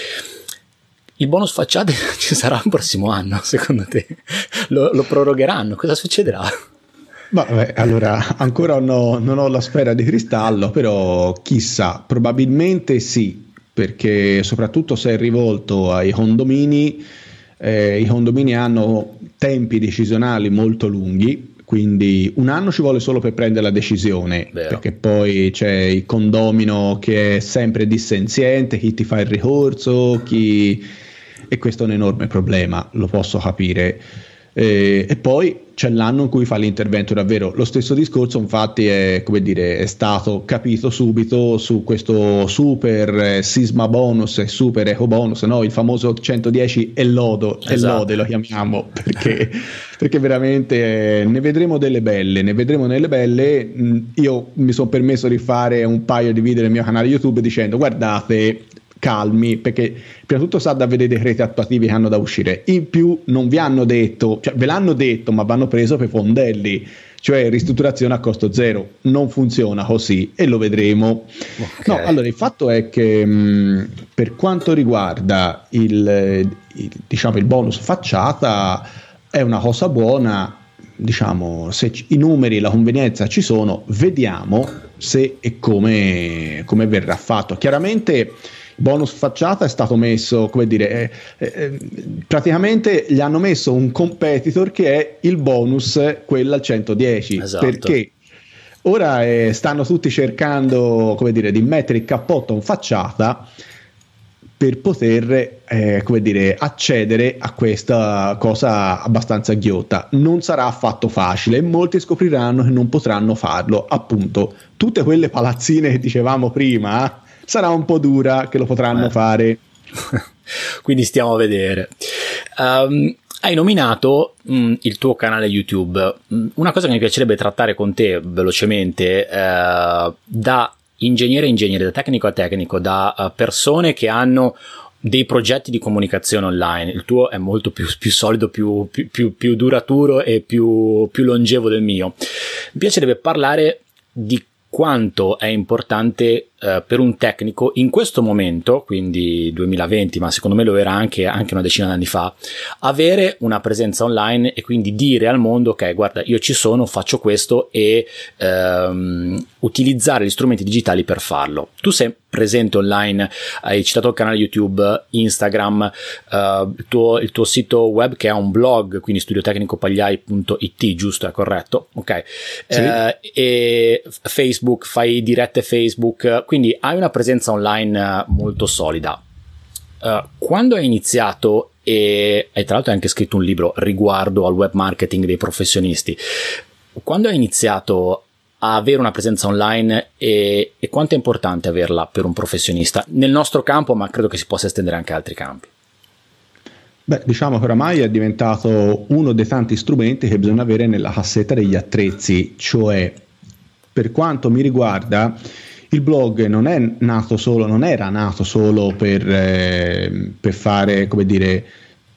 Il bonus facciate ci sarà il prossimo anno, secondo te? Lo, lo prorogheranno? Cosa succederà? Vabbè, allora ancora no, non ho la sfera di cristallo, però chissà, probabilmente sì, perché soprattutto se è rivolto ai condomini, eh, i condomini hanno tempi decisionali molto lunghi, quindi un anno ci vuole solo per prendere la decisione. Vero. Perché poi c'è il condomino che è sempre dissenziente, chi ti fa il ricorso, chi... e questo è un enorme problema, lo posso capire. Eh, e poi c'è l'anno in cui fa l'intervento davvero. Lo stesso discorso infatti è, come dire, è stato capito subito su questo super eh, sisma bonus e super eco bonus, no? Il famoso centodieci e lodo, esatto. E lode lo chiamiamo, perché, perché veramente eh, ne vedremo delle belle, ne vedremo delle belle. Io mi sono permesso di fare un paio di video nel mio canale YouTube dicendo: guardate, calmi, perché prima di tutto sta da vedere i decreti attuativi che hanno da uscire, in più non vi hanno detto, cioè ve l'hanno detto ma vanno preso per fondelli, cioè ristrutturazione a costo zero. Non funziona così e lo vedremo. Okay. No, allora il fatto è che mh, per quanto riguarda il, il, diciamo, il bonus facciata è una cosa buona, diciamo, se i numeri, la convenienza ci sono, vediamo se e come, come verrà fatto. Chiaramente bonus facciata è stato messo, come dire, eh, eh, praticamente gli hanno messo un competitor che è il bonus, quello al centodieci, esatto. Perché ora eh, stanno tutti cercando, come dire, di mettere il cappotto in facciata per poter, eh, come dire, accedere a questa cosa abbastanza ghiotta. Non sarà affatto facile e molti scopriranno che non potranno farlo. Appunto, tutte quelle palazzine che dicevamo prima, sarà un po' dura che lo potranno eh. fare. Quindi stiamo a vedere. Um, hai nominato mh, il tuo canale YouTube. Una cosa che mi piacerebbe trattare con te velocemente, eh, da ingegnere a ingegnere, da tecnico a tecnico, da uh, persone che hanno dei progetti di comunicazione online. Il tuo è molto più, più solido, più, più, più, più duraturo e più, più longevo del mio. Mi piacerebbe parlare di quanto è importante eh, per un tecnico in questo momento, quindi duemilaventi, ma secondo me lo era anche, anche una decina di anni fa, avere una presenza online e quindi dire al mondo: ok, guarda, io ci sono, faccio questo, e ehm, utilizzare gli strumenti digitali per farlo. Tu sei presente online, hai citato il canale YouTube, Instagram, uh, il, tuo, il tuo sito web che è un blog, quindi studio tecnico pagliai punto it, giusto? È corretto? Ok. Sì. Uh, e Facebook, fai dirette Facebook, quindi hai una presenza online molto solida. Uh, quando hai iniziato, e hai tra l'altro anche scritto un libro riguardo al web marketing dei professionisti, quando hai iniziato a avere una presenza online, e, e quanto è importante averla per un professionista nel nostro campo, ma credo che si possa estendere anche a altri campi? Beh, diciamo che oramai è diventato uno dei tanti strumenti che bisogna avere nella cassetta degli attrezzi, cioè, per quanto mi riguarda, il blog non è nato solo, non era nato solo per, eh, per fare, come dire,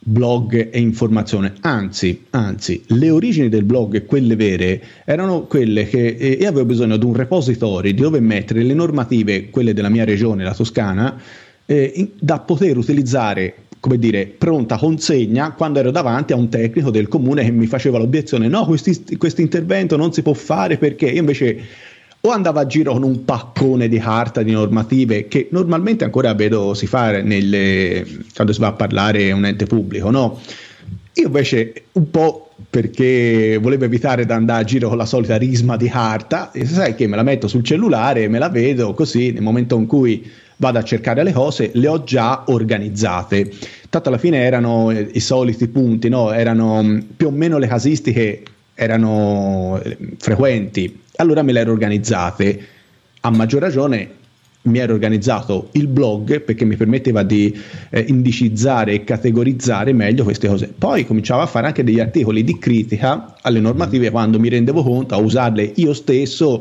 blog e informazione, anzi, anzi, le origini del blog, quelle vere, erano quelle che eh, io avevo bisogno di un repository dove mettere le normative, quelle della mia regione, la Toscana, eh, in, da poter utilizzare, come dire, pronta consegna quando ero davanti a un tecnico del comune che mi faceva l'obiezione: no, questo intervento non si può fare perché. Io invece o andavo a giro con un paccone di carta di normative, che normalmente ancora vedo si fare nelle, quando si va a parlare a un ente pubblico, no? Io invece, un po' perché volevo evitare di andare a giro con la solita risma di carta, e sai che me la metto sul cellulare, me la vedo così, nel momento in cui vado a cercare le cose le ho già organizzate. Tanto alla fine erano i soliti punti, no? Erano più o meno le casistiche, erano frequenti. Allora me le ero organizzate. A maggior ragione mi ero organizzato il blog perché mi permetteva di eh, indicizzare e categorizzare meglio queste cose. Poi cominciavo a fare anche degli articoli di critica alle normative quando mi rendevo conto, a usarle io stesso,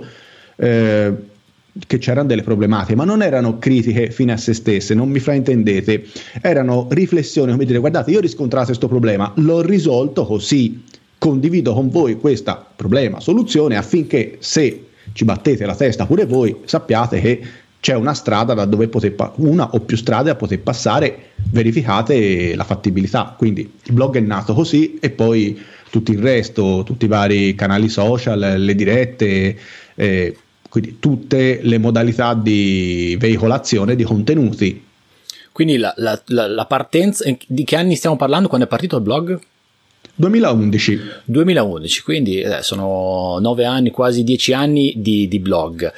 eh, che c'erano delle problematiche, ma non erano critiche fine a se stesse, non mi fraintendete, erano riflessioni, come dire: guardate, io ho riscontrato questo problema, l'ho risolto così, condivido con voi questo problema, soluzione, affinché se ci battete la testa pure voi sappiate che c'è una strada da dove poter pa- una o più strade da poter passare, verificate la fattibilità. Quindi il blog è nato così, e poi tutto il resto, tutti i vari canali social, le dirette, eh, quindi tutte le modalità di veicolazione di contenuti. Quindi la, la, la, la partenza, di che anni stiamo parlando quando è partito il blog? duemilaundici. duemilaundici, quindi eh, sono nove anni, quasi dieci anni di, di blog.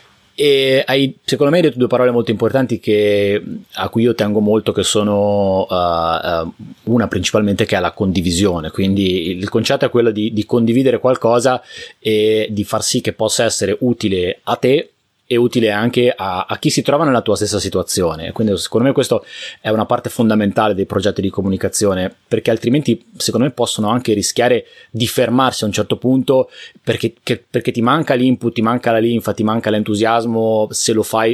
E hai, secondo me, detto due parole molto importanti che, a cui io tengo molto, che sono uh, uh, una principalmente, che è la condivisione. Quindi il concetto è quello di, di condividere qualcosa e di far sì che possa essere utile a te e utile anche a, a chi si trova nella tua stessa situazione. Quindi secondo me questo è una parte fondamentale dei progetti di comunicazione, perché altrimenti secondo me possono anche rischiare di fermarsi a un certo punto, perché, che, perché ti manca l'input, ti manca la linfa, ti manca l'entusiasmo se lo fai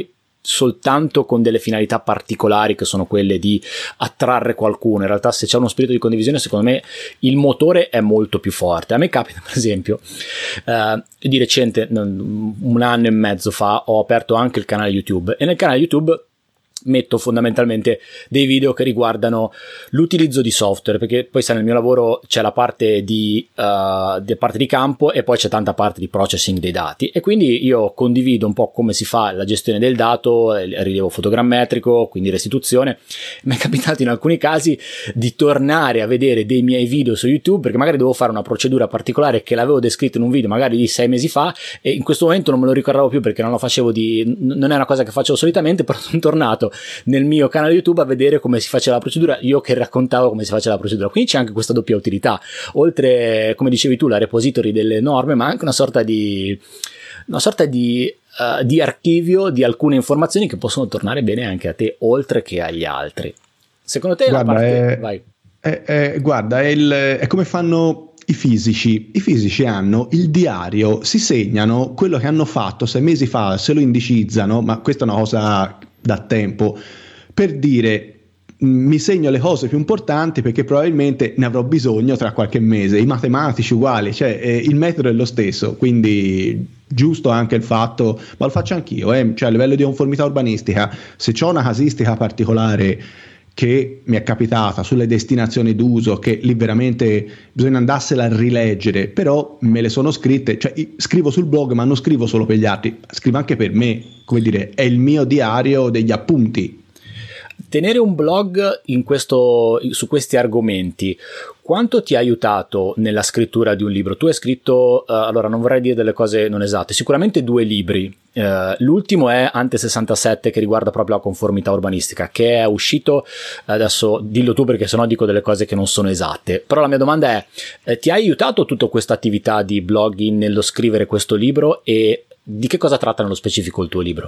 soltanto con delle finalità particolari che sono quelle di attrarre qualcuno. In realtà, se c'è uno spirito di condivisione, secondo me il motore è molto più forte. A me capita, per esempio, eh, di recente, un anno e mezzo fa, ho aperto anche il canale YouTube, e nel canale YouTube metto fondamentalmente dei video che riguardano l'utilizzo di software, perché poi sai, nel mio lavoro c'è la parte di, uh, di parte di campo e poi c'è tanta parte di processing dei dati, e quindi io condivido un po' come si fa la gestione del dato, il rilievo fotogrammetrico, quindi restituzione. Mi è capitato in alcuni casi di tornare a vedere dei miei video su YouTube, perché magari devo fare una procedura particolare che l'avevo descritto in un video magari di sei mesi fa, e in questo momento non me lo ricordavo più perché non lo facevo di non è una cosa che facevo solitamente, però sono tornato nel mio canale YouTube a vedere come si faceva la procedura, io che raccontavo come si faceva la procedura. Quindi c'è anche questa doppia utilità, oltre, come dicevi tu, la repository delle norme, ma anche una sorta di una sorta di, uh, di archivio di alcune informazioni che possono tornare bene anche a te oltre che agli altri. Secondo te guarda, la parte... è, Vai. È, è, guarda è, il, è come fanno i fisici. I fisici hanno il diario, si segnano quello che hanno fatto sei mesi fa, se lo indicizzano, ma questa è una cosa da tempo, per dire mi segno le cose più importanti perché probabilmente ne avrò bisogno tra qualche mese. I matematici uguali, cioè eh, il metodo è lo stesso, quindi giusto anche il fatto, ma lo faccio anch'io, eh, cioè a livello di conformità urbanistica, se c'ho una casistica particolare che mi è capitata sulle destinazioni d'uso, che lì veramente bisogna andarsela a rileggere, però me le sono scritte, cioè scrivo sul blog, ma non scrivo solo per gli altri, scrivo anche per me, come dire, è il mio diario degli appunti. Tenere un blog in questo, su questi argomenti, quanto ti ha aiutato nella scrittura di un libro? Tu hai scritto, uh, allora non vorrei dire delle cose non esatte, sicuramente due libri. Uh, l'ultimo è Ante sessantasette, che riguarda proprio la conformità urbanistica, che è uscito, adesso dillo tu perché sennò dico delle cose che non sono esatte, però la mia domanda è, eh, ti ha aiutato tutta questa attività di blogging nello scrivere questo libro, e di che cosa tratta nello specifico il tuo libro?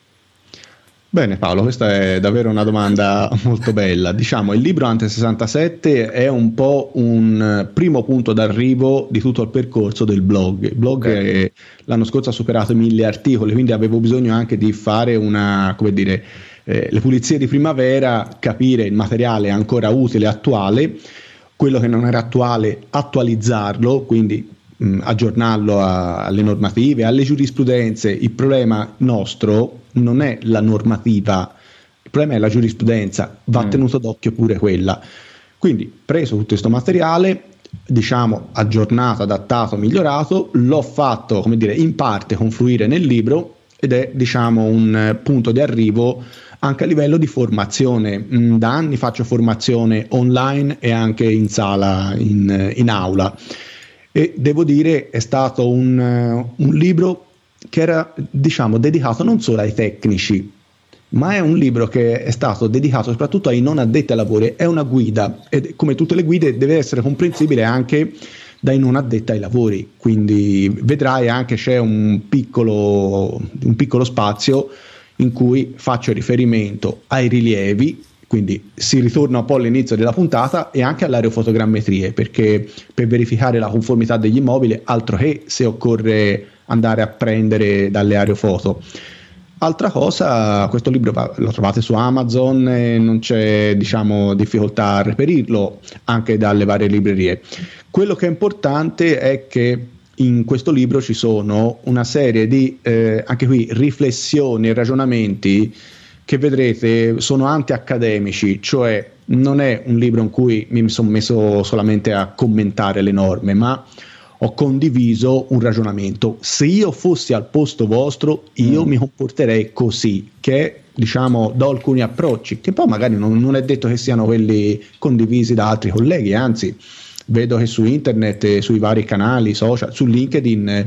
Bene Paolo, questa è davvero una domanda molto bella. Diciamo, il libro Ante sessantasette è un po' un primo punto d'arrivo di tutto il percorso del blog. Il blog okay. è, l'anno scorso ha superato mille articoli, quindi avevo bisogno anche di fare una, come dire, eh, le pulizie di primavera, capire il materiale ancora utile e attuale, quello che non era attuale attualizzarlo, quindi mh, aggiornarlo a, alle normative, alle giurisprudenze. Il problema nostro non è la normativa, il problema è la giurisprudenza, va mm. tenuto d'occhio pure quella. Quindi preso tutto questo materiale, diciamo aggiornato, adattato, migliorato, l'ho fatto, come dire, in parte confluire nel libro, ed è, diciamo, un punto di arrivo anche a livello di formazione. Da anni faccio formazione online e anche in sala, in, in aula, e devo dire è stato un, un libro che era, diciamo, dedicato non solo ai tecnici, ma è un libro che è stato dedicato soprattutto ai non addetti ai lavori. È una guida, e come tutte le guide deve essere comprensibile anche dai non addetti ai lavori, quindi vedrai anche c'è un piccolo, un piccolo spazio in cui faccio riferimento ai rilievi, quindi si ritorna un po' all'inizio della puntata, e anche all'aerofotogrammetrie, perché per verificare la conformità degli immobili, altro che se occorre andare a prendere dalle aerofoto. Altra cosa, questo libro lo trovate su Amazon e non c'è, diciamo, difficoltà a reperirlo anche dalle varie librerie. Quello che è importante è che in questo libro ci sono una serie di, eh, anche qui, riflessioni e ragionamenti che vedrete sono anti-accademici, cioè non è un libro in cui mi sono messo solamente a commentare le norme, ma ho condiviso un ragionamento. Se io fossi al posto vostro, io mm. mi comporterei così, che diciamo do alcuni approcci, che poi magari non, non è detto che siano quelli condivisi da altri colleghi, anzi vedo che su internet e sui vari canali social, su LinkedIn, eh,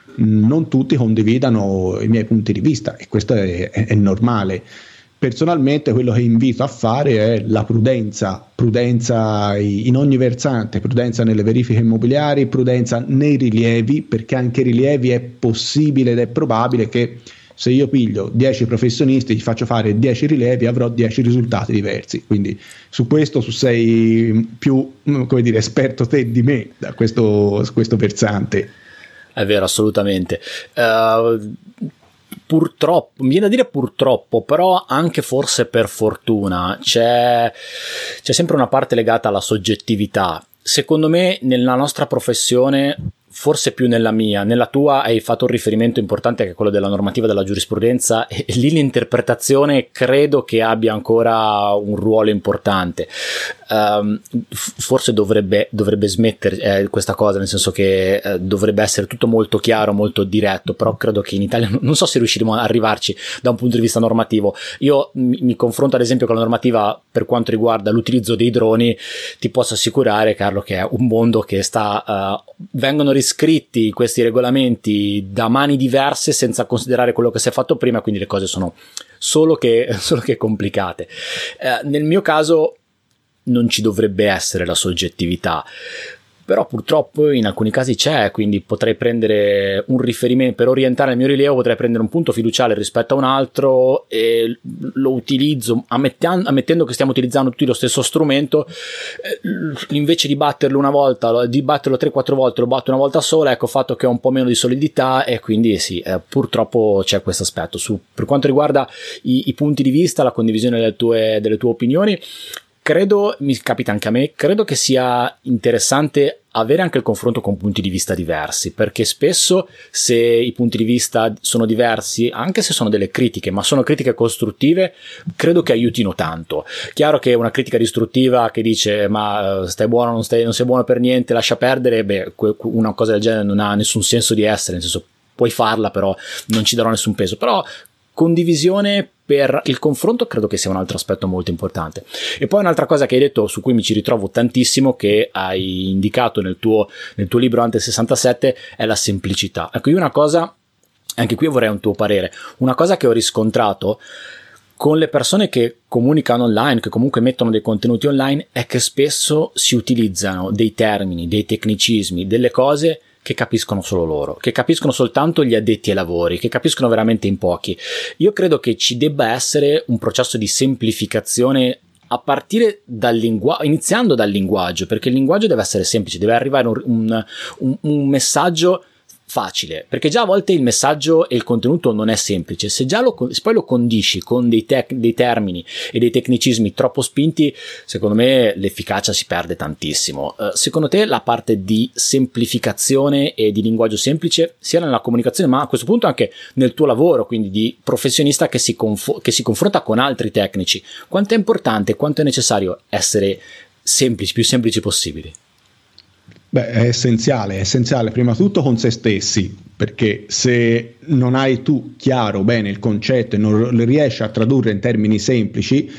non tutti condividano i miei punti di vista, e questo è, è, è normale. Personalmente quello che invito a fare è la prudenza, prudenza in ogni versante, prudenza nelle verifiche immobiliari, prudenza nei rilievi, perché anche i rilievi è possibile ed è probabile che se io piglio dieci professionisti, gli faccio fare dieci rilievi, avrò dieci risultati diversi. Quindi su questo tu sei più, come dire, esperto te di me da questo, questo versante. È vero, assolutamente. Uh... purtroppo, mi viene da dire purtroppo, però anche forse per fortuna, c'è, c'è sempre una parte legata alla soggettività. Secondo me nella nostra professione, forse più nella mia, nella tua hai fatto un riferimento importante che è quello della normativa della giurisprudenza, e lì l'interpretazione credo che abbia ancora un ruolo importante. Um, forse dovrebbe, dovrebbe smettere eh, questa cosa, nel senso che eh, dovrebbe essere tutto molto chiaro, molto diretto, però credo che in Italia non so se riusciremo ad arrivarci da un punto di vista normativo. Io mi, mi confronto ad esempio con la normativa per quanto riguarda l'utilizzo dei droni. Ti posso assicurare, Carlo, che è un mondo che sta uh, vengono riscritti questi regolamenti da mani diverse senza considerare quello che si è fatto prima, quindi le cose sono solo che, solo che complicate. Eh, nel mio caso non ci dovrebbe essere la soggettività, però purtroppo in alcuni casi c'è, quindi potrei prendere un riferimento per orientare il mio rilievo, potrei prendere un punto fiduciale rispetto a un altro e lo utilizzo ammettendo, ammettendo che stiamo utilizzando tutti lo stesso strumento, eh, invece di batterlo una volta, di batterlo tre quattro volte, lo batto una volta sola, ecco, fatto che ho un po' meno di solidità, e quindi sì, eh, purtroppo c'è questo aspetto. Su, per quanto riguarda i, i punti di vista, la condivisione delle tue, delle tue opinioni, credo, mi capita anche a me, credo che sia interessante avere anche il confronto con punti di vista diversi, perché spesso se i punti di vista sono diversi, anche se sono delle critiche, ma sono critiche costruttive, credo che aiutino tanto. Chiaro che una critica distruttiva che dice ma stai buono, non, stai, non sei buono per niente, lascia perdere, beh, una cosa del genere non ha nessun senso di essere, nel senso puoi farla, però non ci darò nessun peso. Però condivisione per il confronto credo che sia un altro aspetto molto importante. E poi un'altra cosa che hai detto, su cui mi ci ritrovo tantissimo, che hai indicato nel tuo, nel tuo libro Ante sessantasette, è la semplicità. Ecco, io una cosa, anche qui vorrei un tuo parere, una cosa che ho riscontrato con le persone che comunicano online, che comunque mettono dei contenuti online, è che spesso si utilizzano dei termini, dei tecnicismi, delle cose che capiscono solo loro, che capiscono soltanto gli addetti ai lavori, che capiscono veramente in pochi. Io credo che ci debba essere un processo di semplificazione a partire dal linguaggio, iniziando dal linguaggio, perché il linguaggio deve essere semplice, deve arrivare un, un, un, un messaggio facile, perché già a volte il messaggio e il contenuto non è semplice. Se già lo, se poi lo condisci con dei, tec, dei termini e dei tecnicismi troppo spinti, secondo me l'efficacia si perde tantissimo. Uh, secondo te la parte di semplificazione e di linguaggio semplice, sia nella comunicazione ma a questo punto anche nel tuo lavoro, quindi di professionista che si, confo- che si confronta con altri tecnici, quanto è importante, quanto è necessario essere semplici, più semplici possibili? Beh, è essenziale, è essenziale prima di tutto con se stessi, perché se non hai tu chiaro bene il concetto e non lo riesci a tradurre in termini semplici,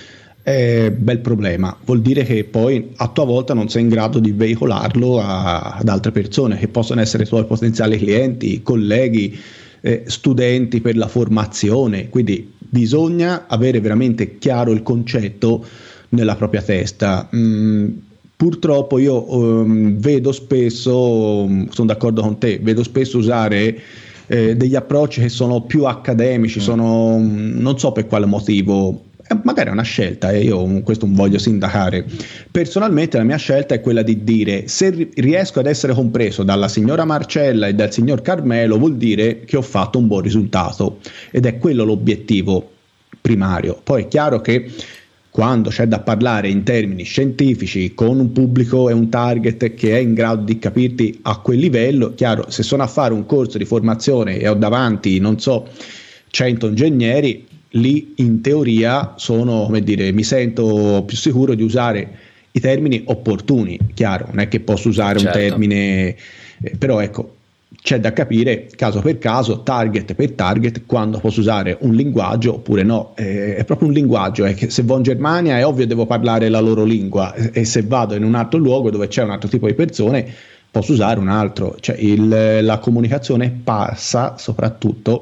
è un bel problema. Vuol dire che poi a tua volta non sei in grado di veicolarlo a, ad altre persone che possono essere i tuoi potenziali clienti, colleghi, eh, studenti per la formazione. Quindi bisogna avere veramente chiaro il concetto nella propria testa. Mm, Purtroppo io um, vedo spesso, um, sono d'accordo con te, vedo spesso usare eh, degli approcci che sono più accademici, mm. sono um, non so per quale motivo, eh, magari è una scelta e eh, io questo non voglio sindacare. Personalmente la mia scelta è quella di dire: se ri- riesco ad essere compreso dalla signora Marcella e dal signor Carmelo, vuol dire che ho fatto un buon risultato, ed è quello l'obiettivo primario. Poi è chiaro che quando c'è da parlare in termini scientifici con un pubblico e un target che è in grado di capirti a quel livello, chiaro, se sono a fare un corso di formazione e ho davanti, non so, cento ingegneri, lì in teoria sono, come dire, mi sento più sicuro di usare i termini opportuni. Chiaro, non è che posso usare certo. un termine, eh, però ecco, c'è da capire caso per caso, target per target, quando posso usare un linguaggio oppure no. Eh, è proprio un linguaggio, è che se vado in Germania è ovvio devo parlare la loro lingua, e se vado in un altro luogo dove c'è un altro tipo di persone posso usare un altro. Cioè il, la comunicazione passa soprattutto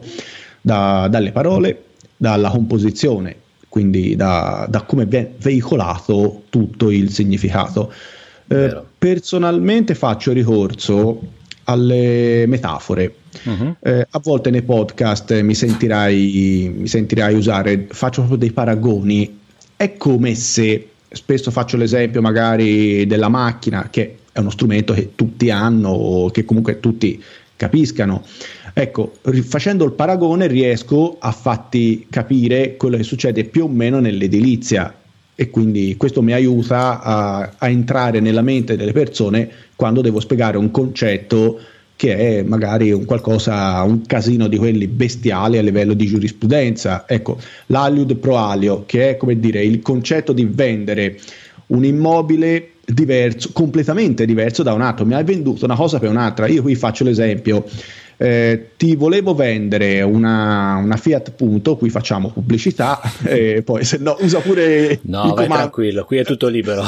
da, dalle parole, dalla composizione, quindi da, da come viene veicolato tutto il significato. Eh, personalmente faccio ricorso alle metafore. Uh-huh. Eh, a volte nei podcast mi sentirai, mi sentirai usare, faccio proprio dei paragoni. È come se, spesso faccio l'esempio magari della macchina, che è uno strumento che tutti hanno, o che comunque tutti capiscano. Ecco, facendo il paragone riesco a farti capire quello che succede più o meno nell'edilizia, e quindi questo mi aiuta a, a entrare nella mente delle persone quando devo spiegare un concetto che è magari un qualcosa, un casino di quelli bestiali a livello di giurisprudenza. Ecco, l'aliud pro alio, che è, come dire, il concetto di vendere un immobile diverso, completamente diverso da un altro. Mi hai venduto una cosa per un'altra. Io qui faccio l'esempio: eh, ti volevo vendere una, una Fiat Punto, qui facciamo pubblicità, e poi se no usa pure no, vai tranquillo, qui è tutto libero.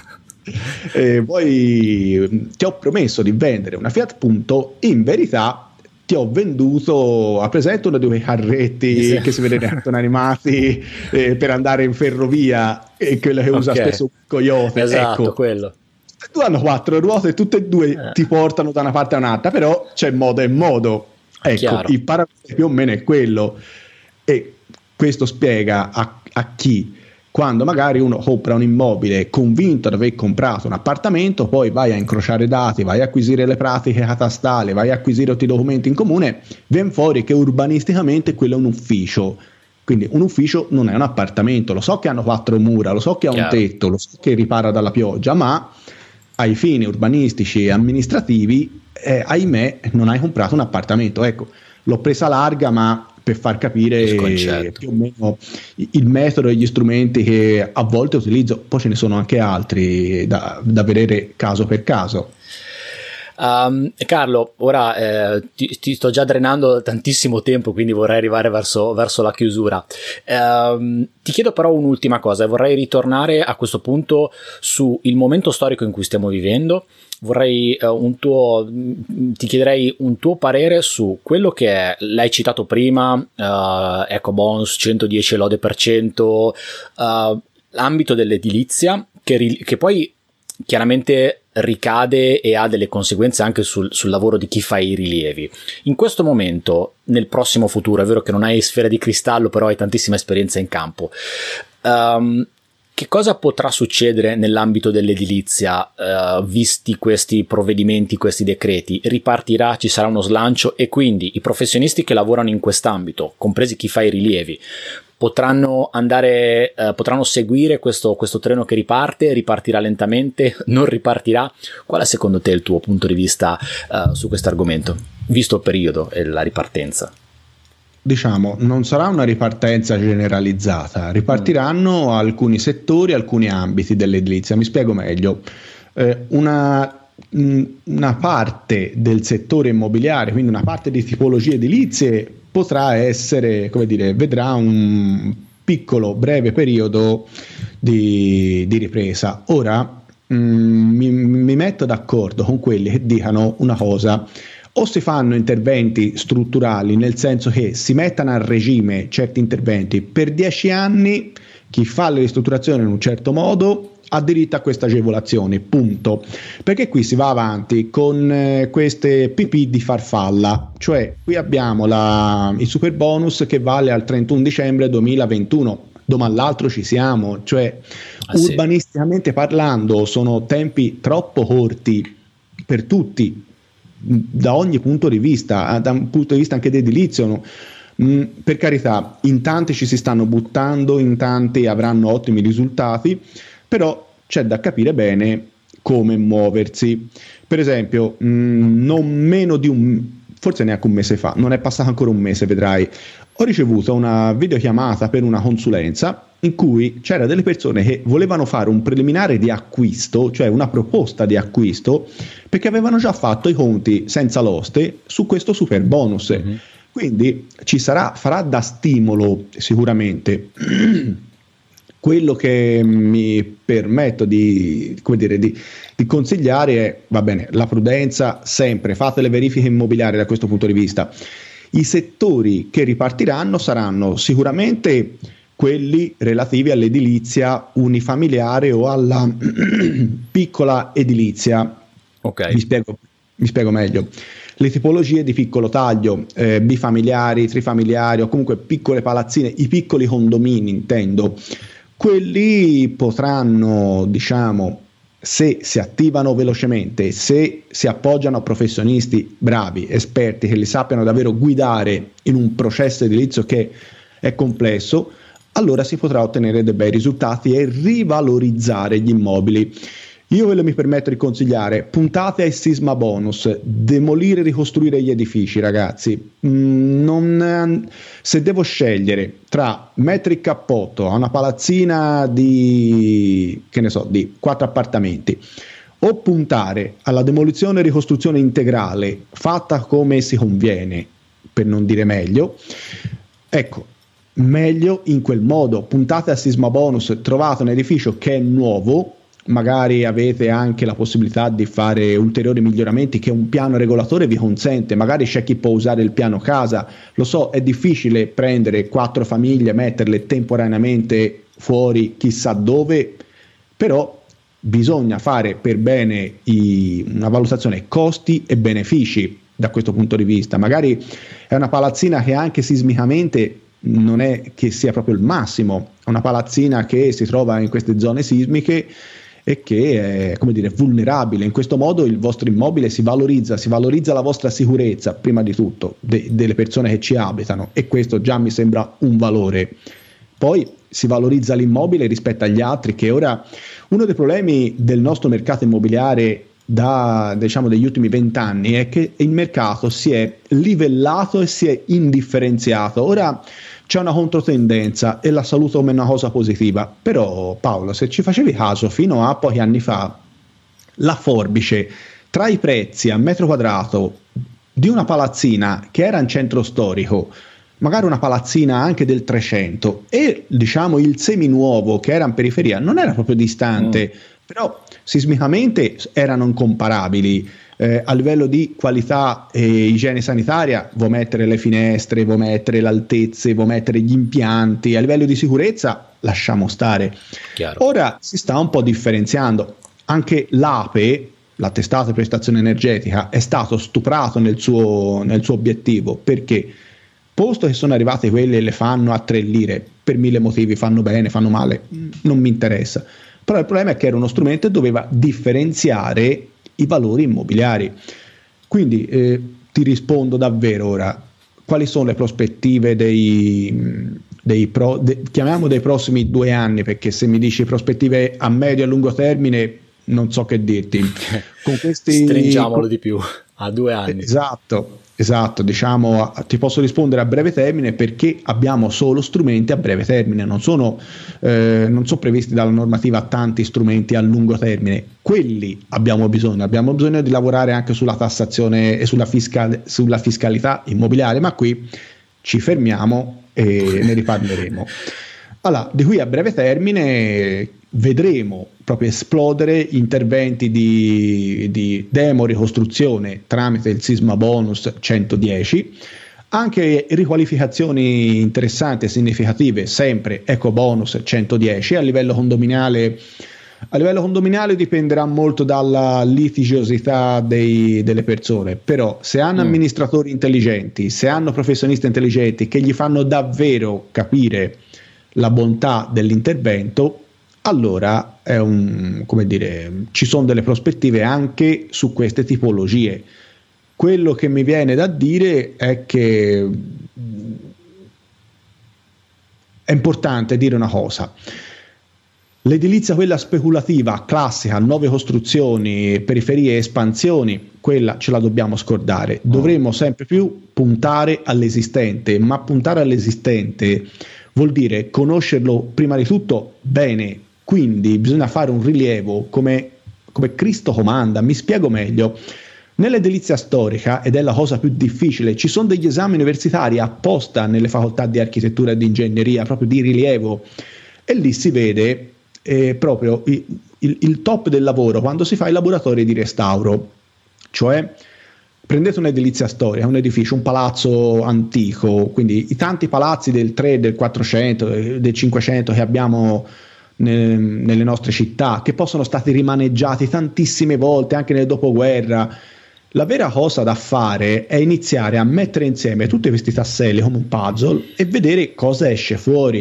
E poi ti ho promesso di vendere una Fiat Punto, in verità ti ho venduto, a presente, uno di quei carretti sì. che si vede nei cartoni animati eh, per andare in ferrovia, e quello che okay. usa spesso un coyote. Esatto, ecco. Quello. Tu hanno quattro ruote, tutte e due eh. ti portano da una parte a un'altra, però c'è modo e modo. Ecco, Chiaro. Il paragone più o meno è quello, e questo spiega a, a chi, quando magari uno compra un immobile convinto di aver comprato un appartamento, poi vai a incrociare dati, vai a acquisire le pratiche catastali, vai a acquisire tutti i documenti in comune, viene fuori che urbanisticamente quello è un ufficio. Quindi un ufficio non è un appartamento. Lo so che hanno quattro mura, lo so che ha Chiaro. un tetto, lo so che ripara dalla pioggia, ma ai fini urbanistici e amministrativi, eh, ahimè, non hai comprato un appartamento. Ecco, l'ho presa larga, ma per far capire più o meno il metodo e gli strumenti che a volte utilizzo. Poi ce ne sono anche altri da, da vedere caso per caso. Um, Carlo, ora eh, ti, ti sto già drenando tantissimo tempo, quindi vorrei arrivare verso, verso la chiusura. Um, ti chiedo però un'ultima cosa, e vorrei ritornare a questo punto sul momento storico in cui stiamo vivendo. Vorrei uh, un tuo, ti chiederei un tuo parere su quello che è, l'hai citato prima, uh, ecobonus, centodieci lode per cento, uh, l'ambito dell'edilizia, che, ri, che poi chiaramente ricade e ha delle conseguenze anche sul, sul lavoro di chi fa i rilievi. In questo momento, nel prossimo futuro, è vero che non hai sfera di cristallo, però hai tantissima esperienza in campo. Um, Che cosa potrà succedere nell'ambito dell'edilizia, uh, visti questi provvedimenti, questi decreti? Ripartirà, ci sarà uno slancio, e quindi i professionisti che lavorano in quest'ambito, compresi chi fa i rilievi, potranno andare, uh, potranno seguire questo, questo treno che riparte? Ripartirà lentamente? Non ripartirà? Qual è secondo te il tuo punto di vista uh, su questo argomento, visto il periodo e la ripartenza? Diciamo, non sarà una ripartenza generalizzata, ripartiranno alcuni settori, alcuni ambiti dell'edilizia. Mi spiego meglio. Eh, una, una parte del settore immobiliare, quindi una parte di tipologie edilizie, potrà essere, come dire, vedrà un piccolo, breve periodo di, di ripresa. Ora mh, mi, mi metto d'accordo con quelli che dicano una cosa: o si fanno interventi strutturali, nel senso che si mettano a regime certi interventi per dieci anni, chi fa le ristrutturazioni in un certo modo ha diritto a queste agevolazioni, punto. Perché qui si va avanti con eh, queste P P di farfalla, cioè qui abbiamo la, il super bonus che vale al trentuno dicembre duemilaventuno, domani all'altro ci siamo, cioè ah, urbanisticamente sì. parlando sono tempi troppo corti per tutti, da ogni punto di vista, da un punto di vista anche edilizio, no? Mm, per carità, in tanti ci si stanno buttando, in tanti avranno ottimi risultati, però c'è da capire bene come muoversi. Per esempio, mh, non meno di un, forse neanche un mese fa, non è passato ancora un mese, vedrai, ho ricevuto una videochiamata per una consulenza in cui c'era delle persone che volevano fare un preliminare di acquisto, cioè una proposta di acquisto, perché avevano già fatto i conti senza l'oste su questo super bonus. Mm-hmm. Quindi ci sarà, farà da stimolo sicuramente. Quello che mi permetto di, come dire, di, di consigliare è, va bene, la prudenza sempre, fate le verifiche immobiliari da questo punto di vista. I settori che ripartiranno saranno sicuramente quelli relativi all'edilizia unifamiliare o alla piccola edilizia. Okay. Mi spiego, mi spiego meglio. Le tipologie di piccolo taglio, eh, bifamiliari, trifamiliari o comunque piccole palazzine, i piccoli condomini intendo, quelli potranno, diciamo, se si attivano velocemente, se si appoggiano a professionisti bravi, esperti, che li sappiano davvero guidare in un processo edilizio che è complesso, allora si potrà ottenere dei bei risultati e rivalorizzare gli immobili. Io ve lo mi permetto di consigliare, puntate ai sisma bonus, demolire e ricostruire gli edifici, ragazzi. Non, se devo scegliere tra mettere il cappotto a una palazzina di, che ne so, di quattro appartamenti o puntare alla demolizione e ricostruzione integrale fatta come si conviene, per non dire meglio, ecco, meglio in quel modo. Puntate al sisma bonus, trovate un edificio che è nuovo, magari avete anche la possibilità di fare ulteriori miglioramenti che un piano regolatore vi consente, magari c'è chi può usare il piano casa, lo so, è difficile prendere quattro famiglie, metterle temporaneamente fuori chissà dove, però bisogna fare per bene i, una valutazione costi e benefici da questo punto di vista. Magari è una palazzina che anche sismicamente non è che sia proprio il massimo, è una palazzina che si trova in queste zone sismiche e che è, come dire, vulnerabile. In questo modo il vostro immobile si valorizza, si valorizza la vostra sicurezza, prima di tutto, de- delle persone che ci abitano, e questo già mi sembra un valore. Poi si valorizza l'immobile rispetto agli altri, che ora uno dei problemi del nostro mercato immobiliare da, diciamo, degli ultimi vent'anni è che il mercato si è livellato e si è indifferenziato. Ora c'è una controtendenza e la saluto come una cosa positiva, però Paolo, se ci facevi caso, fino a pochi anni fa la forbice tra i prezzi a metro quadrato di una palazzina che era in centro storico, magari una palazzina anche del trecento, e diciamo il seminuovo che era in periferia, non era proprio distante, mm. però sismicamente erano incomparabili. Eh, a livello di qualità e igiene sanitaria, vuoi mettere le finestre, vuoi mettere le altezze, vuoi mettere gli impianti, a livello di sicurezza lasciamo stare. Chiaro. Ora si sta un po' differenziando, anche l'A P E, l'attestato di prestazione energetica, è stato stuprato nel suo, nel suo obiettivo, perché posto che sono arrivate quelle e le fanno a tre lire, per mille motivi, fanno bene, fanno male, non mi interessa, però il problema è che era uno strumento che doveva differenziare i valori immobiliari. Quindi eh, ti rispondo davvero ora, quali sono le prospettive dei, dei pro, de, chiamiamo dei prossimi due anni, perché se mi dici prospettive a medio e lungo termine non so che dirti. Con questi, stringiamolo di più, a due anni. Esatto, esatto, diciamo, ti posso rispondere a breve termine perché abbiamo solo strumenti a breve termine, non sono, eh, non sono previsti dalla normativa tanti strumenti a lungo termine. Quelli abbiamo bisogno, abbiamo bisogno di lavorare anche sulla tassazione e sulla, fiscal- sulla fiscalità immobiliare, ma qui ci fermiamo e ne riparleremo. Allora, di qui a breve termine vedremo proprio esplodere interventi di, di demo ricostruzione tramite il sisma bonus centodieci, anche riqualificazioni interessanti e significative, sempre eco bonus centodieci. A livello condominiale a livello condominiale dipenderà molto dalla litigiosità dei, delle persone, però se hanno mm. amministratori intelligenti, se hanno professionisti intelligenti che gli fanno davvero capire la bontà dell'intervento, allora è un, come dire, ci sono delle prospettive anche su queste tipologie. Quello che mi viene da dire è che è importante dire una cosa: l'edilizia, quella speculativa, classica, nuove costruzioni, periferie, espansioni, quella ce la dobbiamo scordare. Dovremmo sempre più puntare all'esistente, ma puntare all'esistente vuol dire conoscerlo prima di tutto bene, quindi bisogna fare un rilievo come, come Cristo comanda. Mi spiego meglio. Nell'edilizia storica, ed è la cosa più difficile, ci sono degli esami universitari apposta nelle facoltà di architettura e di ingegneria, proprio di rilievo, e lì si vede eh, proprio il, il, il top del lavoro quando si fa i laboratori di restauro. Cioè, prendete un'edilizia storica, un edificio, un palazzo antico, quindi i tanti palazzi del tre, del quattrocento, del cinquecento che abbiamo nel, nelle nostre città, che possono stati rimaneggiati tantissime volte anche nel dopoguerra. La vera cosa da fare è iniziare a mettere insieme tutti questi tasselli come un puzzle e vedere cosa esce fuori.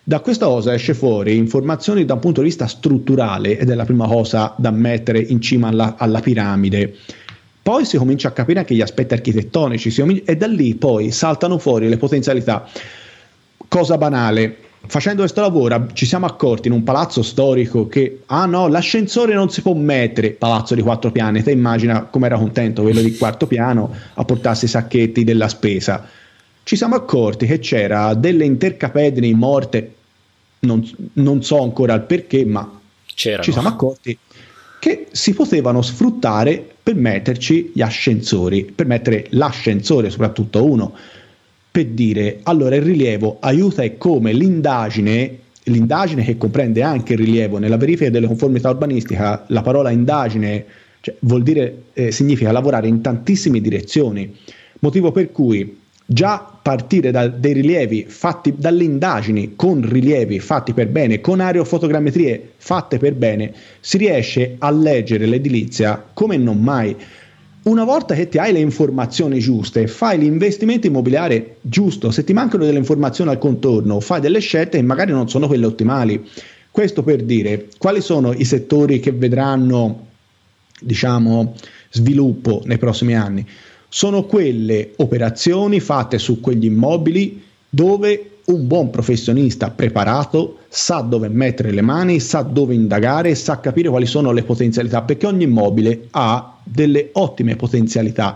Da questa cosa esce fuori informazioni da un punto di vista strutturale, ed è la prima cosa da mettere in cima alla, alla piramide. Poi si comincia a capire anche gli aspetti architettonici, si comincia, e da lì poi saltano fuori le potenzialità. Cosa banale, facendo questo lavoro ci siamo accorti in un palazzo storico che, ah no, l'ascensore non si può mettere, palazzo di quattro piani, te immagina come era contento quello di quarto piano a portarsi i sacchetti della spesa. Ci siamo accorti che c'era delle intercapedini morte, non, non so ancora il perché, ma c'erano. Ci siamo accorti che si potevano sfruttare per metterci gli ascensori, per mettere l'ascensore soprattutto uno, per dire, allora il rilievo aiuta e come l'indagine, l'indagine che comprende anche il rilievo, nella verifica delle conformità urbanistica, la parola indagine, cioè, vuol dire, eh, significa lavorare in tantissime direzioni, motivo per cui già partire da dei rilievi fatti dalle indagini, con rilievi fatti per bene, con aerofotogrammetrie fatte per bene, si riesce a leggere l'edilizia come non mai. Una volta che ti hai le informazioni giuste, fai l'investimento immobiliare giusto. Se ti mancano delle informazioni al contorno, fai delle scelte che magari non sono quelle ottimali. Questo per dire quali sono i settori che vedranno, diciamo, sviluppo nei prossimi anni. Sono quelle operazioni fatte su quegli immobili dove un buon professionista preparato sa dove mettere le mani, sa dove indagare, sa capire quali sono le potenzialità, perché ogni immobile ha delle ottime potenzialità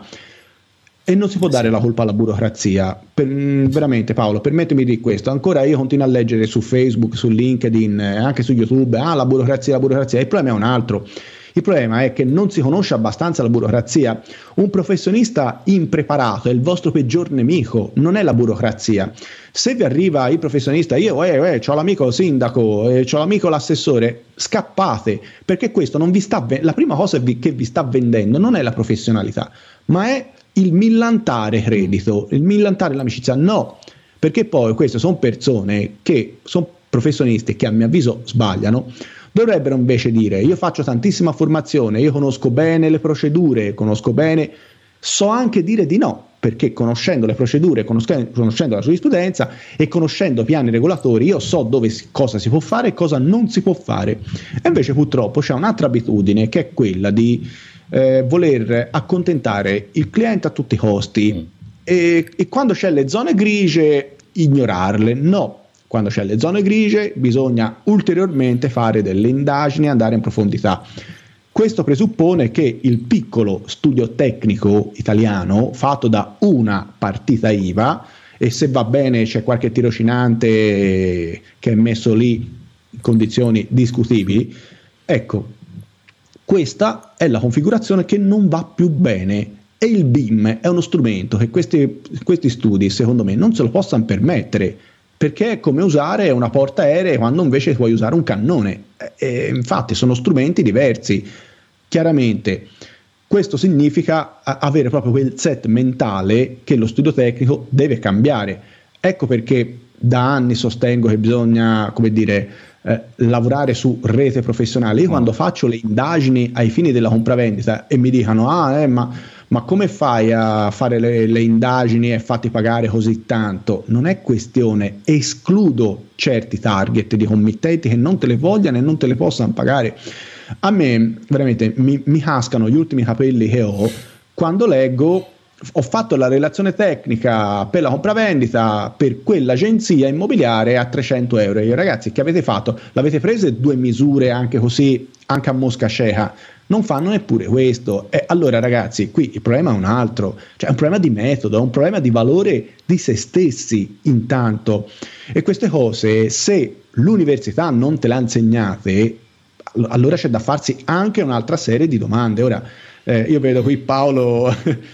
e non si può dare la colpa alla burocrazia. Per, veramente Paolo, permettimi di dire questo, ancora io continuo a leggere su Facebook, su LinkedIn, anche su YouTube, ah la burocrazia, la burocrazia, il problema è un altro. Il problema è che non si conosce abbastanza la burocrazia. Un professionista impreparato è il vostro peggior nemico, non è la burocrazia. Se vi arriva il professionista, io eh, eh, c'ho l'amico sindaco, eh, c'ho l'amico l'assessore, scappate, perché questo non vi sta ve- la prima cosa che vi sta vendendo non è la professionalità, ma è il millantare credito, il millantare l'amicizia. No, perché poi queste sono persone che sono professionisti che a mio avviso sbagliano. Dovrebbero invece dire, io faccio tantissima formazione, io conosco bene le procedure, conosco bene, so anche dire di no, perché conoscendo le procedure, conoscendo, conoscendo la giurisprudenza e conoscendo piani regolatori, io so dove si, cosa si può fare e cosa non si può fare. E invece purtroppo c'è un'altra abitudine che è quella di eh, voler accontentare il cliente a tutti i costi mm. e, e quando c'è le zone grigie ignorarle. No. Quando c'è le zone grigie bisogna ulteriormente fare delle indagini e andare in profondità. Questo presuppone che il piccolo studio tecnico italiano fatto da una partita I V A, e se va bene c'è qualche tirocinante che è messo lì in condizioni discutibili, ecco, questa è la configurazione che non va più bene. E il B I M è uno strumento che questi, questi studi secondo me non se lo possano permettere, perché è come usare una portaerei quando invece puoi usare un cannone. E infatti sono strumenti diversi. Chiaramente questo significa avere proprio quel set mentale che lo studio tecnico deve cambiare. Ecco perché da anni sostengo che bisogna, come dire, eh, lavorare su rete professionale. Io quando faccio le indagini ai fini della compravendita e mi dicano ah eh, ma ma come fai a fare le, le indagini e fatti pagare così tanto? Non è questione, escludo certi target di committenti che non te le vogliano e non te le possano pagare. A me veramente mi, mi cascano gli ultimi capelli che ho quando leggo ho fatto la relazione tecnica per la compravendita per quell'agenzia immobiliare a trecento euro. E io, ragazzi, che avete fatto? L'avete prese due misure anche così, anche a mosca cieca? Non fanno neppure questo. E allora, ragazzi, qui il problema è un altro, cioè è un problema di metodo, è un problema di valore di se stessi intanto. E queste cose, se l'università non te le ha insegnate, allora c'è da farsi anche un'altra serie di domande. Ora, eh, io vedo qui Paolo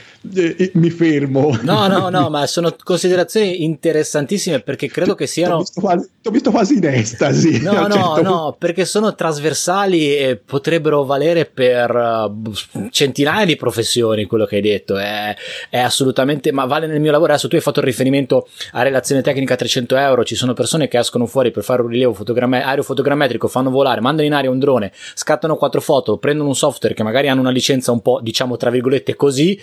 mi fermo. No, no, no, ma sono considerazioni interessantissime perché credo che siano. T'ho visto quasi, t'ho visto quasi in estasi. No, no, certo no, perché sono trasversali e potrebbero valere per uh, centinaia di professioni. Quello che hai detto è, è assolutamente, ma vale nel mio lavoro. Adesso tu hai fatto il riferimento a relazione tecnica a trecento euro. Ci sono persone che escono fuori per fare un rilievo fotogramme- aerofotogrammetrico, fanno volare, mandano in aria un drone, scattano quattro foto, prendono un software che magari hanno una licenza un po', diciamo, tra virgolette così.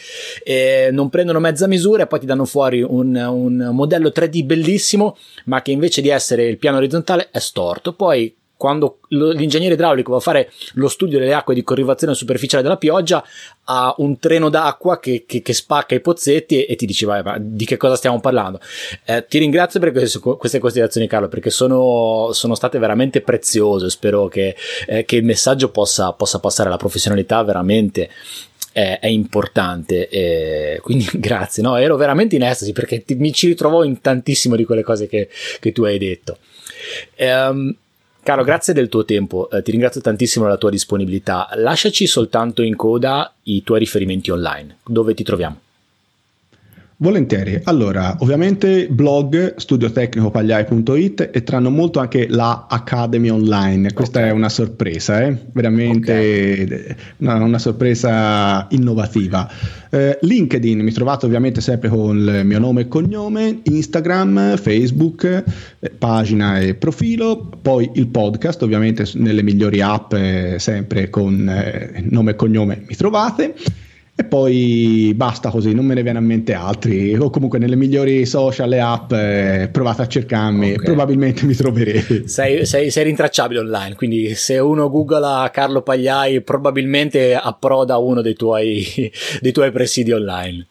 eh, non prendono mezza misura e poi ti danno fuori un, un modello tre D bellissimo, ma che invece di essere il piano orizzontale è storto. Poi quando l'ingegnere idraulico va a fare lo studio delle acque di corrivazione superficiale della pioggia, ha un treno d'acqua che, che, che spacca i pozzetti e, e ti dici vai, ma di che cosa stiamo parlando? Eh, ti ringrazio per queste, queste considerazioni, Carlo, perché sono, sono state veramente preziose. Spero che, eh, che il messaggio possa, possa passare. La professionalità veramente è, è importante, e quindi grazie, no? Ero veramente in estasi perché ti, mi ci ritrovo in tantissimo di quelle cose che, che tu hai detto. Ehm Caro, grazie del tuo tempo, eh, ti ringrazio tantissimo della tua disponibilità. Lasciaci soltanto in coda i tuoi riferimenti online. Dove ti troviamo? Volentieri. Allora, ovviamente blog studio tecnico pagliai punto it, e tranno molto anche la Academy online. Questa okay. è una sorpresa, eh? veramente okay. una, una sorpresa innovativa. Eh, LinkedIn mi trovate ovviamente sempre con il mio nome e cognome, Instagram, Facebook, eh, pagina e profilo, poi il podcast ovviamente nelle migliori app, eh, sempre con eh, nome e cognome mi trovate. E poi basta così, non me ne viene a mente altri, o comunque nelle migliori social e app eh, provate a cercarmi, okay. probabilmente mi troverete. Sei, sei, sei rintracciabile online, quindi se uno googla Carlo Pagliai probabilmente approda uno dei tuoi, dei tuoi presidi online.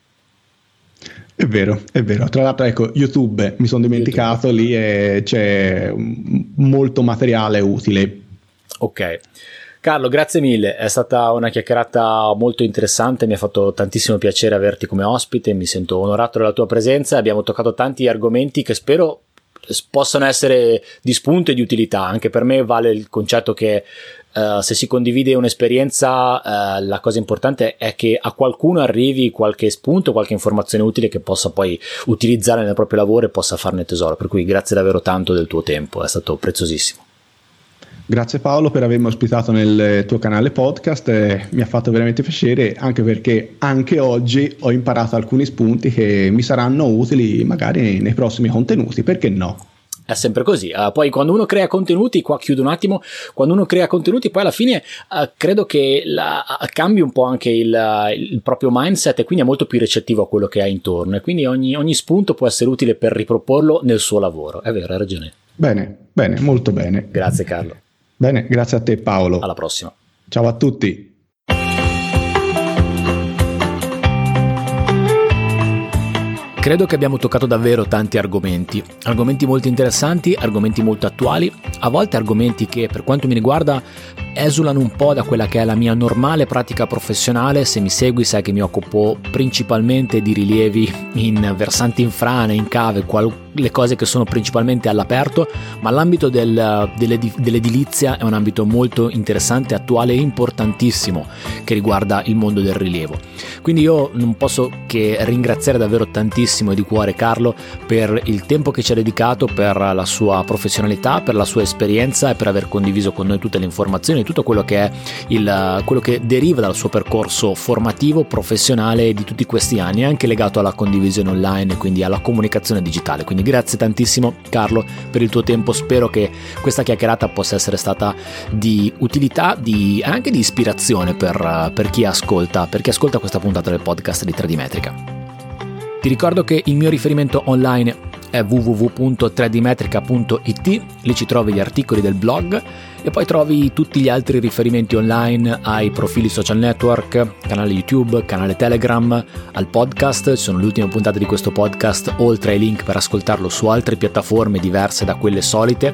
È vero, è vero. Tra l'altro, ecco, YouTube mi sono dimenticato, YouTube. Lì è, c'è molto materiale utile. Ok. Carlo, grazie mille, è stata una chiacchierata molto interessante, mi ha fatto tantissimo piacere averti come ospite, mi sento onorato della tua presenza, abbiamo toccato tanti argomenti che spero possano essere di spunto e di utilità. Anche per me vale il concetto che uh, se si condivide un'esperienza, uh, la cosa importante è che a qualcuno arrivi qualche spunto, qualche informazione utile che possa poi utilizzare nel proprio lavoro e possa farne tesoro, per cui grazie davvero tanto del tuo tempo, è stato preziosissimo. Grazie Paolo per avermi ospitato nel tuo canale podcast, eh, mi ha fatto veramente piacere, anche perché anche oggi ho imparato alcuni spunti che mi saranno utili magari nei prossimi contenuti, perché no? È sempre così, uh, poi quando uno crea contenuti, qua chiudo un attimo, quando uno crea contenuti poi alla fine uh, credo che la, uh, cambi un po' anche il, uh, il proprio mindset, e quindi è molto più ricettivo a quello che ha intorno, e quindi ogni, ogni spunto può essere utile per riproporlo nel suo lavoro. È vero, hai ragione. Bene, bene, molto bene. Grazie Carlo. Bene, grazie a te Paolo. Alla prossima. Ciao a tutti. Credo che abbiamo toccato davvero tanti argomenti, argomenti molto interessanti, argomenti molto attuali, a volte argomenti che per quanto mi riguarda esulano un po' da quella che è la mia normale pratica professionale. Se mi segui sai che mi occupo principalmente di rilievi in versanti in frane, in cave, qual- le cose che sono principalmente all'aperto, ma l'ambito del, dell'edilizia è un ambito molto interessante, attuale e importantissimo che riguarda il mondo del rilievo. Quindi io non posso che ringraziare davvero tantissimo e di cuore Carlo per il tempo che ci ha dedicato, per la sua professionalità, per la sua esperienza e per aver condiviso con noi tutte le informazioni, tutto quello che è il, quello che deriva dal suo percorso formativo, professionale di tutti questi anni, anche legato alla condivisione online e quindi alla comunicazione digitale. Quindi grazie tantissimo Carlo per il tuo tempo, spero che questa chiacchierata possa essere stata di utilità, di, anche di ispirazione per, per chi ascolta, per chi ascolta questa puntata del podcast di tre D Metrica. Ti ricordo che il mio riferimento online è w w w punto tre d metrica punto i t, lì ci trovi gli articoli del blog e poi trovi tutti gli altri riferimenti online ai profili social network, canale YouTube, canale Telegram, al podcast. Ci sono le ultime puntate di questo podcast, oltre ai link per ascoltarlo su altre piattaforme diverse da quelle solite,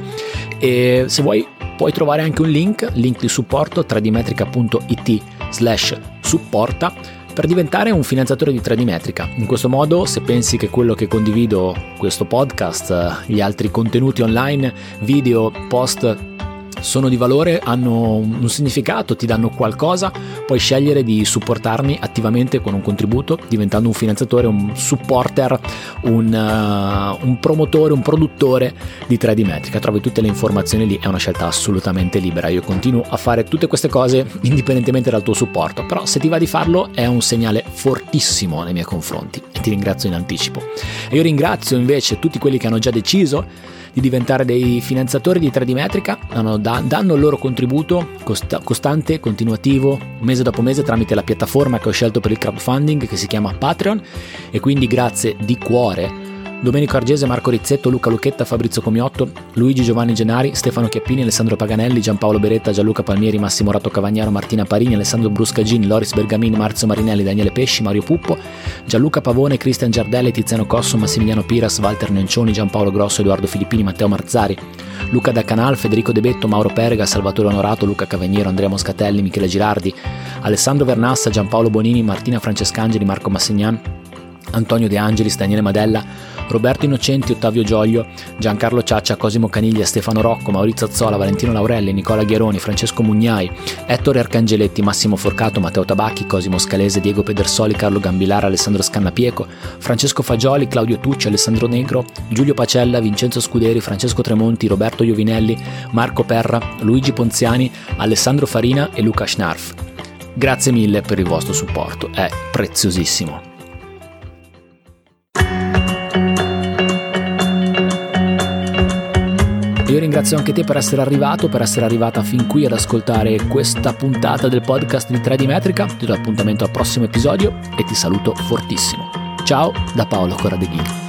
e se vuoi puoi trovare anche un link, link di supporto tre d metrica punto i t slash supporta per diventare un finanziatore di tre D Metrica. In questo modo, se pensi che quello che condivido, questo podcast, gli altri contenuti online, video, post, sono di valore, hanno un significato, ti danno qualcosa, puoi scegliere di supportarmi attivamente con un contributo, diventando un finanziatore, un supporter, un, uh, un promotore, un produttore di tre D Metrica. Trovi tutte le informazioni lì, è una scelta assolutamente libera. Io continuo a fare tutte queste cose indipendentemente dal tuo supporto, però se ti va di farlo è un segnale fortissimo nei miei confronti e ti ringrazio in anticipo. E io ringrazio invece tutti quelli che hanno già deciso di diventare dei finanziatori di tre D Metrica, hanno dato da, danno il loro contributo costa, costante, continuativo, mese dopo mese tramite la piattaforma che ho scelto per il crowdfunding, che si chiama Patreon, e quindi grazie di cuore Domenico Argese, Marco Rizzetto, Luca Lucchetta, Fabrizio Comiotto, Luigi Giovanni Gennari, Stefano Chiappini, Alessandro Paganelli, Giampaolo Beretta, Gianluca Palmieri, Massimo Rato Cavagnaro, Martina Parini, Alessandro Bruscagini, Loris Bergamin, Marzio Marinelli, Daniele Pesci, Mario Puppo, Gianluca Pavone, Cristian Giardelli, Tiziano Cosso, Massimiliano Piras, Walter Nencioni, Giampaolo Grosso, Edoardo Filippini, Matteo Marzari, Luca Da Canal, Federico De Betto, Mauro Perega, Salvatore Onorato, Luca Cavagnero, Andrea Moscatelli, Michele Girardi, Alessandro Vernassa, Giampaolo Bonini, Martina Francescangeli, Marco Massignan, Antonio De Angelis, Daniele Madella, Roberto Innocenti, Ottavio Gioglio, Giancarlo Ciaccia, Cosimo Caniglia, Stefano Rocco, Maurizio Azzola, Valentino Laurelli, Nicola Ghiaroni, Francesco Mugnai, Ettore Arcangeletti, Massimo Forcato, Matteo Tabacchi, Cosimo Scalese, Diego Pedersoli, Carlo Gambilara, Alessandro Scannapieco, Francesco Fagioli, Claudio Tucci, Alessandro Negro, Giulio Pacella, Vincenzo Scuderi, Francesco Tremonti, Roberto Iovinelli, Marco Perra, Luigi Ponziani, Alessandro Farina e Luca Schnarf. Grazie mille per il vostro supporto, è preziosissimo. Io ringrazio anche te per essere arrivato, per essere arrivata fin qui ad ascoltare questa puntata del podcast di tre D Metrica. Ti do appuntamento al prossimo episodio e ti saluto fortissimo. Ciao da Paolo Corradeghini.